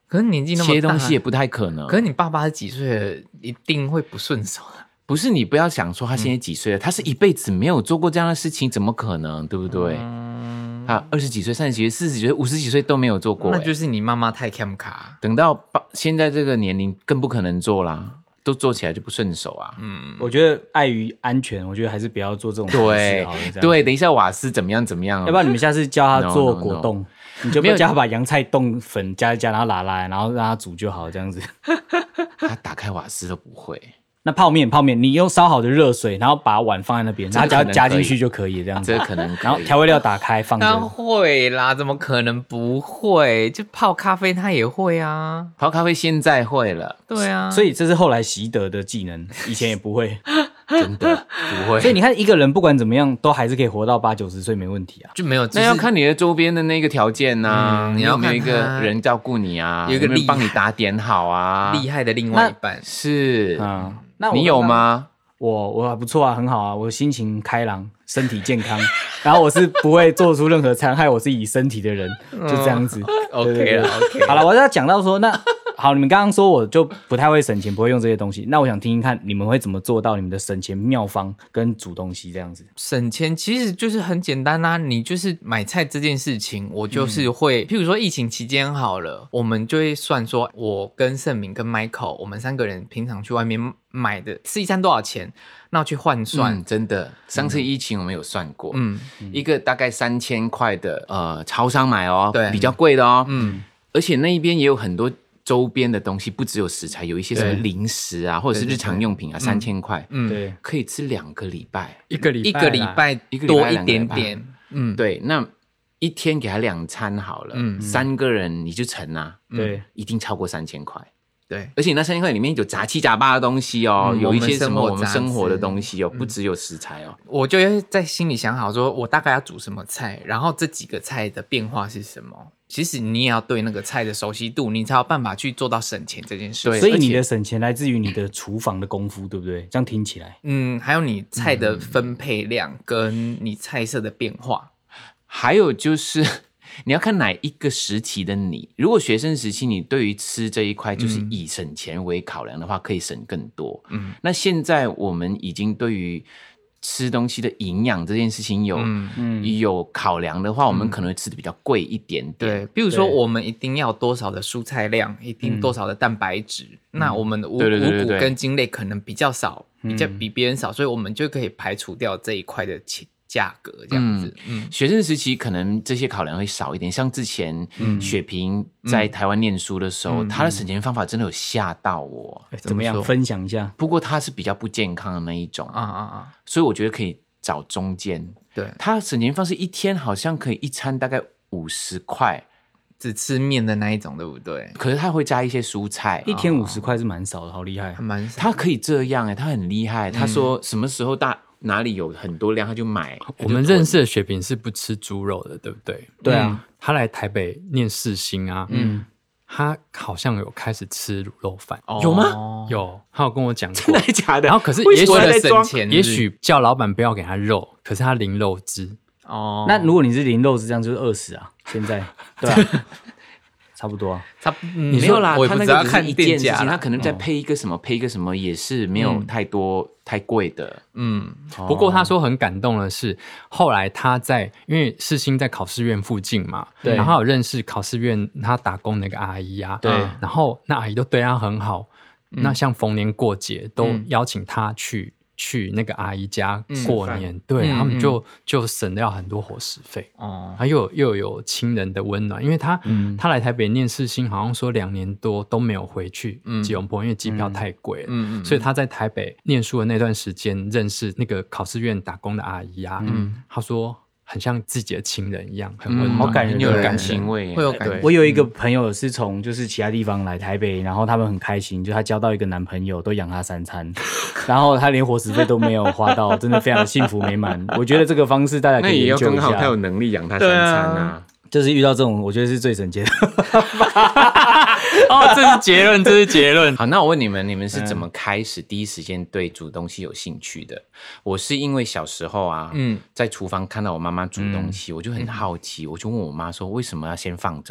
可是年纪那么大， 切东西也不太可能。 可是你爸爸是几岁了，一定会不顺手的。 不是你不要想说他现在几岁了，他是一辈子没有做过这样的事情，怎么可能？对不对？他20几岁、30几岁、40几岁、50几岁都没有做过， 那就是你妈妈太 cam 卡。 等到现在这个年龄更不可能做啦，都做起来就不顺手啊。 我觉得碍于安全，我觉得还是不要做这种事好了。 对，等一下瓦斯怎么样？要不然你们下次教他做果冻，你就不要叫他把洋菜冻粉加一加，然后拉，然后让他煮就好，这样子。 他打开瓦斯都不会。 那泡面，你用烧好的热水，然后把碗放在那边，然后只要加进去就可以这样子。 这可能可以。 然后调味料打开放着。 他会啦，怎么可能不会？就泡咖啡他也会啊。 泡咖啡现在会了。 对啊。 所以这是后来习得的技能，以前也不会。 真的不会。 所以你看，一个人不管怎么样，都还是可以活到80、90岁没问题啊。 就没有， 那要看你的周边的那个条件啊。你有没有一个人照顾你啊？ 有一个人帮你打点好啊？ 厉害的另外一半是那你有吗？ 我还不错啊，很好啊，我心情开朗，身体健康，然后我是不会做出任何残害我自己身体的人，就这样子。 OK 了 ，OK。 好了，我要讲到说，那好，你们刚刚说我就不太会省钱，不会用这些东西，那我想听听看你们会怎么做到你们的省钱妙方跟煮东西这样子。 省钱其实就是很简单啊，你就是买菜这件事情，我就是会，譬如说疫情期间好了，我们就会算说，我跟盛敏跟 Michael， 我们3个人平常去外面买的吃一餐多少钱，那去换算。 真的，上次疫情我们有算过，一个大概3000块的超商买哦，对，比较贵的哦，而且那一边也有很多周边的东西，不只有食材，有一些什么零食啊，或者是日常用品啊，3000块， 对， 可以吃2个礼拜， 一个礼拜多一点点， 对，那一天给他2餐好了，3个人你就乘啊， 对， 一定超过3000块。 对， 而且那3000块里面有杂七杂八的东西哦，有一些什么我们生活的东西哦，不只有食材哦。 我就会在心里想好，说我大概要煮什么菜，然后这几个菜的变化是什么。其实你也要对那个菜的熟悉度，你才有办法去做到省钱这件事。 所以你的省钱来自于你的厨房的功夫，对不对？这样听起来， 还有你菜的分配量跟你菜色的变化， 还有就是你要看哪一个时期的你。如果学生时期你对于吃这一块就是以省钱为考量的话，可以省更多。那现在我们已经对于吃东西的营养这件事情有考量的话，我们可能会吃的比较贵一点点。 对，比如说我们一定要多少的蔬菜量，一定多少的蛋白质，那我们的五谷跟茎类可能比较少，比别人少，所以我们就可以排除掉这一块的价格这样子。 学生时期可能这些考量会少一点，像之前雪萍在台湾念书的时候，他的省钱方法真的有吓到我。 怎么样？分享一下。 不过他是比较不健康的那一种所以我觉得可以找中间。 对， 他省钱方式一天好像可以一餐大概50块， 只吃面的那一种，对不对？ 可是他会加一些蔬菜， 一天50块是蛮少的，好厉害， 蛮少。 他可以这样他很厉害。他说什么时候哪里有很多量他就买。 我们认识的雪萍是不吃猪肉的，对不对？ 对啊， 他来台北念世新啊，他好像有开始吃卤肉饭。 有吗？ 有，他有跟我讲过。 真的假的？ 然后可是为了省钱， 也许叫老板不要给他肉，可是他零肉汁。 那如果你是零肉汁，这样就是20啊，现在对啊。差不多啊， 没有啦，他那个只是一件事情，他可能再配一个什么，也是没有太贵的。 不过他说很感动的是，后来他因为世新在考试院附近嘛，对，然后有认识考试院他打工那个阿姨啊， 对， 然后那阿姨都对他很好，那像逢年过节都邀请他去那个阿姨家过年，对，他们就省掉很多伙食费他又有亲人的温暖，因为他来台北念世新，好像说2年多都没有回去吉隆坡，因为机票太贵了，所以他在台北念书的那段时间认识那个考试院打工的阿姨啊，他说很像自己的亲人一样，很温暖， 好感人， 有感情味， 会有感觉。 我有一个朋友是从就是其他地方来台北，然后他们很开心，就他交到一个男朋友，都养他3餐，然后他连伙食费都没有花到，真的非常幸福美满。我觉得这个方式大家可以研究一下。那也要刚好他有能力养他3餐啊。 就是遇到这种，我觉得是最省钱的。 这是结论。 好，那我问你们是怎么开始第一时间对煮东西有兴趣的？我是因为小时候啊，在厨房看到我妈妈煮东西，我就很好奇，我就问我妈说，为什么要先放这个？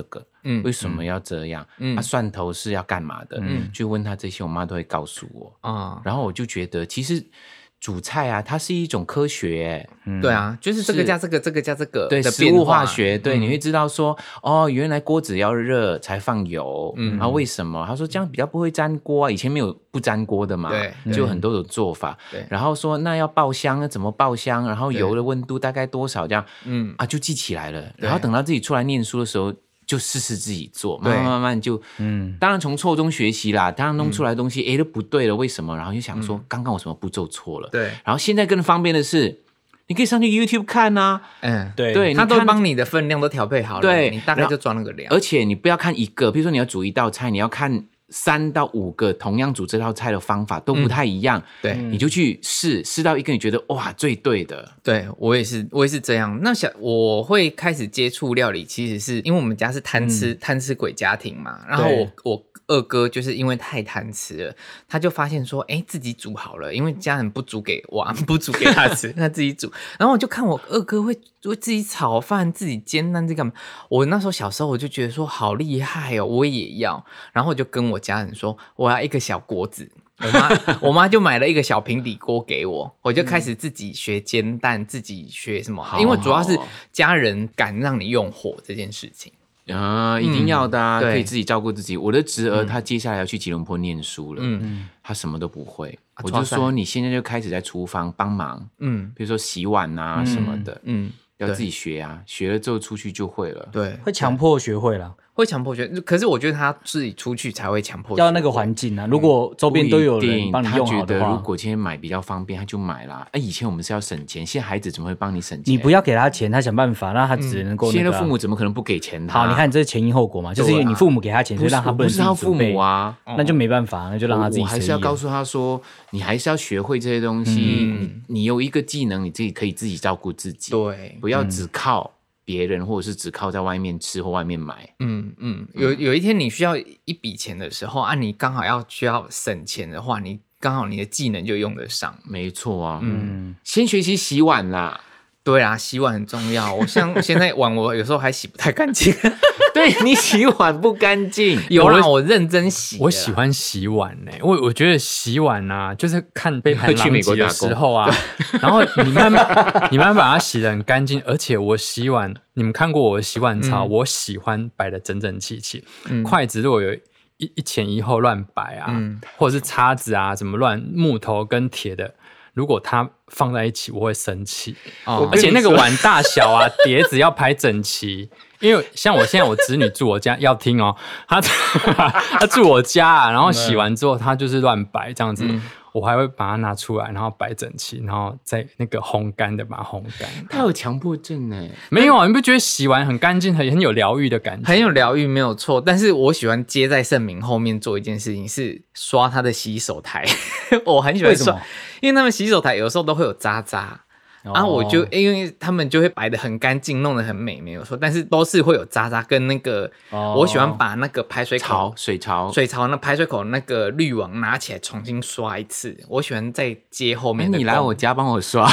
为什么要这样？蒜头是要干嘛的？去问他这些，我妈都会告诉我。然后我就觉得，其实煮菜啊，它是一种科学。 对啊，就是这个加这个，这个加这个， 对，食物化学。对，你会知道说，原来锅子要热才放油。然后为什么？他说这样比较不会粘锅啊，以前没有不粘锅的嘛，就很多种做法。然后说那要爆香，那怎么爆香？然后油的温度大概多少？这样，就记起来了。然后等到自己出来念书的时候，就试试自己做，慢慢就，当然从错中学习啦。当然弄出来的东西，都不对了，为什么？然后就想说，刚刚我什么步骤错了？对。然后现在更方便的是，你可以上去 YouTube 看啊， 对， 他都帮你的分量都调配好了， 对， 你大概就抓那个量。 而且你不要看一个，比如说你要煮一道菜，你要看3到5个同样煮这道菜的方法都不太一样，对，你就去试到一个你觉得哇最对的。 对，我也是这样。那我会开始接触料理，其实是因为我们家是贪吃鬼家庭嘛，然后我二哥就是因为太贪吃了，他就发现说，自己煮好了，因为家人不煮给他吃，他自己煮。然后我就看我二哥会自己炒饭、自己煎蛋，这干嘛？我那时候小时候我就觉得说好厉害哦，我也要。然后我就跟我家人说，我要一个小锅子。我妈就买了一个小平底锅给我，我就开始自己学煎蛋，自己学什么，因为主要是家人敢让你用火这件事情。 一定要的啊，可以自己照顾自己。我的侄儿他接下来要去吉隆坡念书了，他什么都不会，我就说你现在就开始在厨房帮忙，比如说洗碗啊什么的，要自己学啊，学了之后出去就会了。 对， 会强迫学会了。 会强迫学，可是我觉得他自己出去才会强迫学， 要那个环境啊。如果周边都有人帮你用好的话， 他觉得如果今天买比较方便，他就买啦。以前我们是要省钱，现在孩子怎么会帮你省钱？ 你不要给他钱，他想办法，那他只能够。 现在父母怎么可能不给钱他？ 好，你看这是前因后果嘛，就是你父母给他钱，所以让他不能自己准备。 不是他父母啊， 那就没办法，那就让他自己。 我还是要告诉他说，你还是要学会这些东西。你有一个技能，你自己可以自己照顾自己。 对， 不要只靠别人，或者是只靠在外面吃或外面买。 有一天你需要一笔钱的时候啊，你刚好需要省钱的话，你刚好你的技能就用得上。 没错啊，先学习洗碗啦。 对啊，洗碗很重要。我像现在碗，我有时候还洗不太干净。 对，你洗碗不干净， 有让我认真洗。 我喜欢洗碗呢，我觉得洗碗啊，就是看杯盘狼藉的时候啊，然后你慢慢把它洗得很干净。而且我洗碗，你们看过我的洗碗槽，我喜欢摆得整整齐齐。筷子如果有一前一后乱摆啊，或者是叉子啊，怎么乱，木头跟铁的。如果它放在一起，我会生气。而且那个碗大小啊，碟子要排整齐。因为像我现在我侄女住我家，要听哦，她住我家啊，然后洗完之后她就是乱摆这样子，我还会把它拿出来，然后摆整齐，然后再那个烘干的把它烘干。 她有强迫症呢？ 没有啊，你不觉得洗完很干净，很有疗愈的感觉？ 很有疗愈，没有错。但是我喜欢接在盛敏后面做一件事情，是刷他的洗手台。我很喜欢刷，因为他们洗手台有时候都会有渣渣。我就因为他们就会摆得很干净，弄得很美，没有错，但是都是会有渣渣跟那个，我喜欢把那个排水口、水槽那排水口那个滤网拿起来重新刷一次。我喜欢在接后面的。 你来我家帮我刷。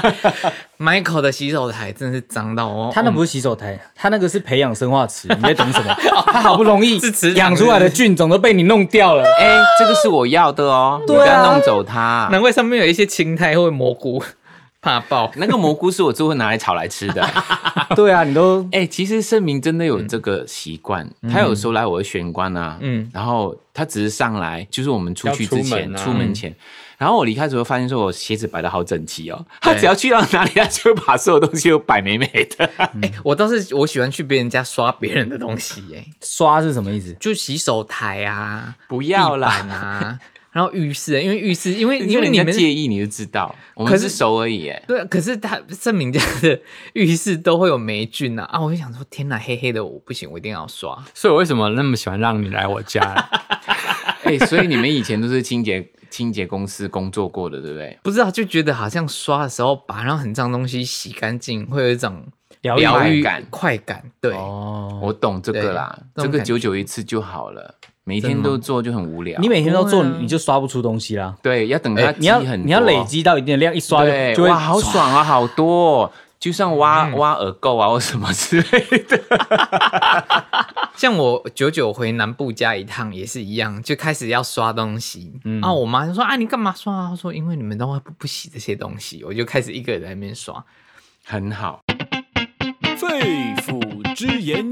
Michael 的洗手台真的是脏到他那不是洗手台，他那个是培养生化池。你在懂什么？他好不容易养出来的菌种都被你弄掉了。 这个是我要的哦，你不要弄走它。 难怪上面有一些青苔或蘑菇。怕爆， 那个蘑菇是我最会拿来炒来吃的。 对啊，你都其实盛明真的有这个习惯，他有时候来我的玄关啊，然后他只是上来，就是我们出去之前出门前，然后我离开之后发现说我鞋子摆得好整齐哦，他只要去到哪里，他就会把所有东西都摆美美的。 我喜欢去别人家刷别人的东西。 刷是什么意思？ 就洗手台啊， 不要啦地板啊。然后浴室，因为你们介意你就知道，我们是熟而已。 对，可是他盛明家的浴室都会有霉菌啊！我就想说，天哪，黑黑的我不行，我一定要刷。 所以我为什么那么喜欢让你来我家？ 所以你们以前都是清洁公司工作过的，对不对？ 不知道，就觉得好像刷的时候把那很脏东西洗干净，会有一种疗愈感、 快感。对， 我懂这个啦，这个久久一次就好了。每天都做就很无聊。 你每天都做，你就刷不出东西啦。 对，要等它积很多。 你要累积到一定的量，一刷就会哇，好爽啊，好多，就像挖耳垢啊或什么之类的。 像我久回南部家一趟也是一样，就开始要刷东西。然后我妈就说：“啊，你干嘛刷啊？”她说：“因为你们都不洗这些东西。”我就开始一个人在那边刷， 很好。 肺腑之言，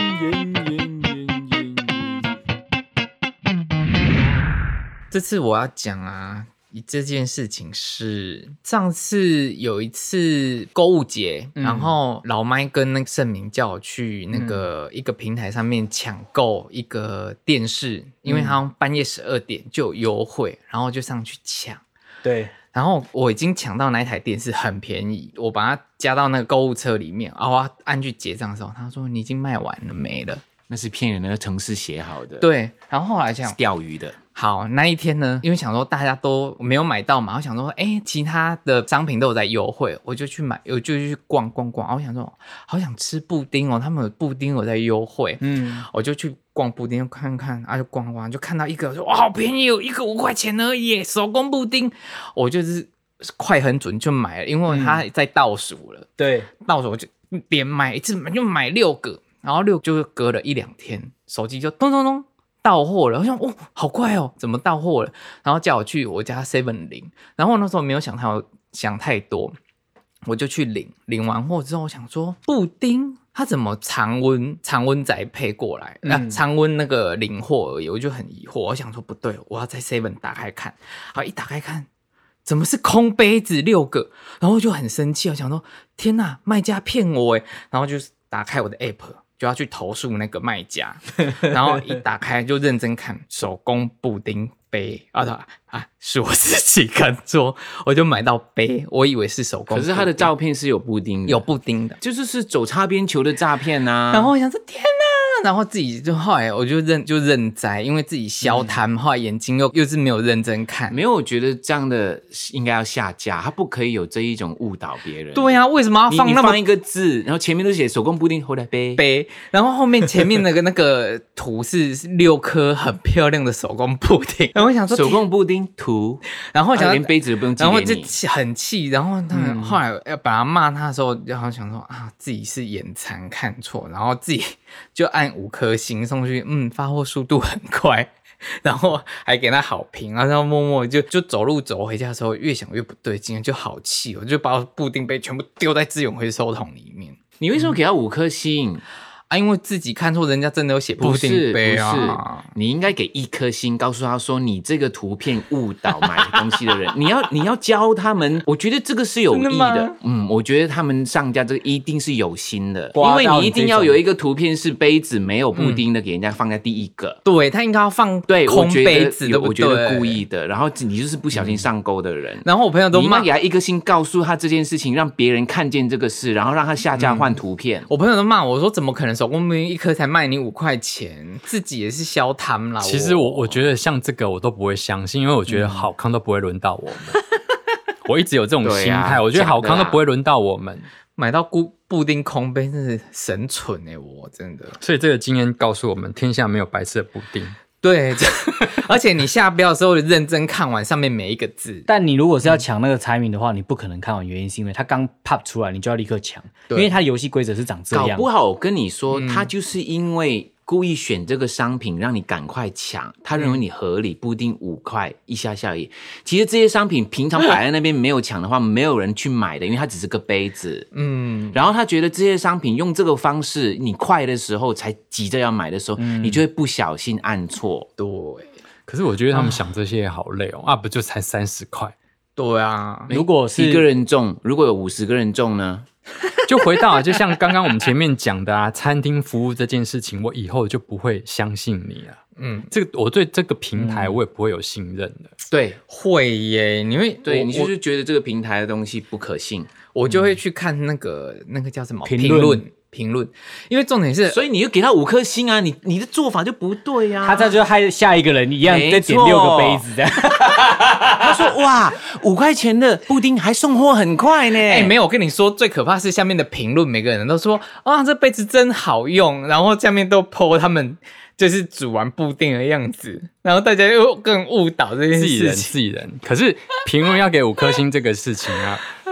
这次我要讲啊，这件事情是上次有一次购物节，然后老麦跟那个盛明叫我去那个一个平台上面抢购一个电视，因为他半夜12点就有优惠，然后就上去抢。 对， 然后我已经抢到那一台电视很便宜，我把它加到那个购物车里面，然后我按去结账的时候，他说你已经卖完了没了。 那是骗人的，程式写好的。 对，然后后来想钓鱼的。 好，那一天呢，因为想说大家都没有买到嘛，我想说，其他的商品都有在优惠，我就去买，我就去逛。然后我想说，好想吃布丁哦，他们有布丁有在优惠，我就去逛布丁看看，就逛，就看到一个，说哇，好便宜哦，一个5块钱而已，手工布丁，我就是快很准就买了，因为它在倒数了， 对， 倒数我就连买一次就买6个。然后6就隔了1-2天，手机就咚咚咚到货了。我想，好快哦，怎么到货了？然后叫我去我家 7 领，然后那时候没有想太多，我就去领完货之后，我想说布丁它怎么常温宅配过来？常温那个领货而已，我就很疑惑。我想说不对，我要在 7 打开看，好一打开看。怎么是空杯子6个？然后就很生气，我想说天哪，卖家骗我耶！然后就打开我的 app。就要去投诉那个卖家，然后一打开就认真看手工布丁杯是我自己看错，我就买到杯，我以为是手工布丁， 可是他的照片是有布丁的， 有布丁的， 就是走擦边球的诈骗啊！ 然后我想说天哪，然后自己就后来我就认栽，因为自己消贪，后来眼睛又是没有认真看， 没有，我觉得这样的应该要下架，他不可以有这一种误导别人。 对啊，为什么要放你放一个字，然后前面都写手工布丁后来杯， 然后后面前面那个图是6颗很漂亮的手工布丁，然后我想说手工布丁图， 然后想连杯子都不用寄给你， 然后就很气，然后后来要把他骂他的时候，然后想说自己是眼馋看错，然后自己就按5颗星送去，发货速度很快，然后还给他好评，然后默默就走路走回家的时候，越想越不对劲，就好气，我就把布丁杯全部丢在资源回收桶里面。 你为什么给他5颗星？ 因为自己看错，人家真的有写布丁杯啊！ 不是，你应该给1颗星，告诉他说你这个图片误导买东西的人。你要教他们，我觉得这个是有意的。我觉得他们上架这个一定是有心的，因为你一定要有一个图片是杯子没有布丁的，给人家放在第一个。 对，他应该要放空杯子，对不对？ 我觉得故意的。然后你就是不小心上钩的人。 然后我朋友都骂， 你应该给他1颗星，告诉他这件事情，让别人看见这个事，然后让他下架换图片。 我朋友都骂我说，怎么可能手工布丁1颗才卖你5块钱，自己也是消贪啦。 其实我觉得像这个我都不会相信，因为我觉得好康都不会轮到我们。我一直有这种心态，我觉得好康都不会轮到我们。 买到布丁空杯真是神蠢我真的。 所以这个经验告诉我们，天下没有白吃的布丁。 对，而且你下标的时候认真看完上面每一个字。 但你如果是要抢那个排名的话，你不可能看完，原因是因为它刚 pop 出来，你就要立刻抢，因为它游戏规则是长这样。 搞不好我跟你说，他就是因为故意选这个商品让你赶快抢，他认为你合理，布丁5块一下下而已。其实这些商品平常摆在那边没有抢的话，没有人去买的，因为它只是个杯子。然后他觉得这些商品用这个方式，你快的时候才急着要买的时候，你就会不小心按错。 对， 可是我觉得他们想这些好累哦，不就才30块？ 对啊， 如果是 1个人中，如果有50个人中呢？ 就回到就像刚刚我们前面讲的餐厅服务这件事情，我以后就不会相信你了。这个我对这个平台我也不会有信任的。 对， 会耶，你会对你就是觉得这个平台的东西不可信， 我就会去看那个叫什么评论，因为重点是， 所以你就给他5颗星啊，你的做法就不对啊。 他这就害下一个人一样再点6个杯子这样。 他说哇，5块钱的布丁还送货很快呢。 没有，我跟你说最可怕是下面的评论，每个人都说这杯子真好用，然后下面都 po 他们就是煮完布丁的样子，然后大家又更误导这件事情。 自己人，可是评论要给5颗星这个事情啊，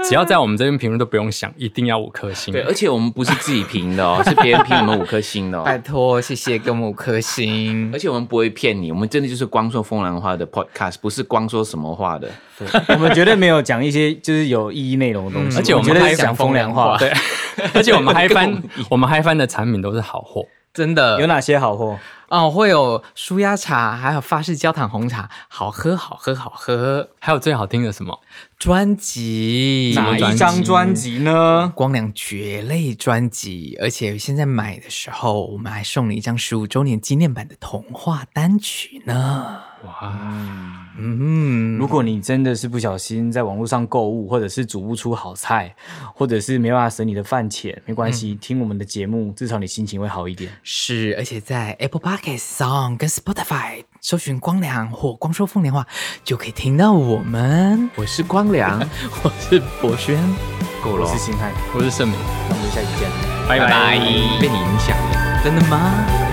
只要在我们这边评论都不用想，一定要5颗星。 对，而且我们不是自己评的哦，是别人评我们5颗星的哦。 拜托，谢谢，给我们5颗星。 而且我们不会骗你，我们真的就是光说风凉话的 podcast， 不是光说什么话的。 对，我们绝对没有讲一些就是有意义内容的东西， 而且我们绝对是讲风凉话。 对，而且我们嗨翻的产品都是好货。 真的有哪些好货？ 会有舒压茶，还有法式焦糖红茶，好喝。 还有最好听的什么专辑？ 哪一张专辑呢？ 光良蕨类专辑，而且现在买的时候，我们还送了一张15周年纪念版的童话单曲呢。 哇， 如果你真的是不小心在网络上购物，或者是煮不出好菜，或者是没办法省你的饭钱，没关系，听我们的节目，至少你心情会好一点。 是，而且在 Apple Podcast、Song 跟 Spotify 搜寻光良或光说风凉话，就可以听到我们。 我是光良， 我是博轩， 够了。 我是星汉， 我是盛明， 那我们就下期见， 拜拜。 被你影响了， 真的吗？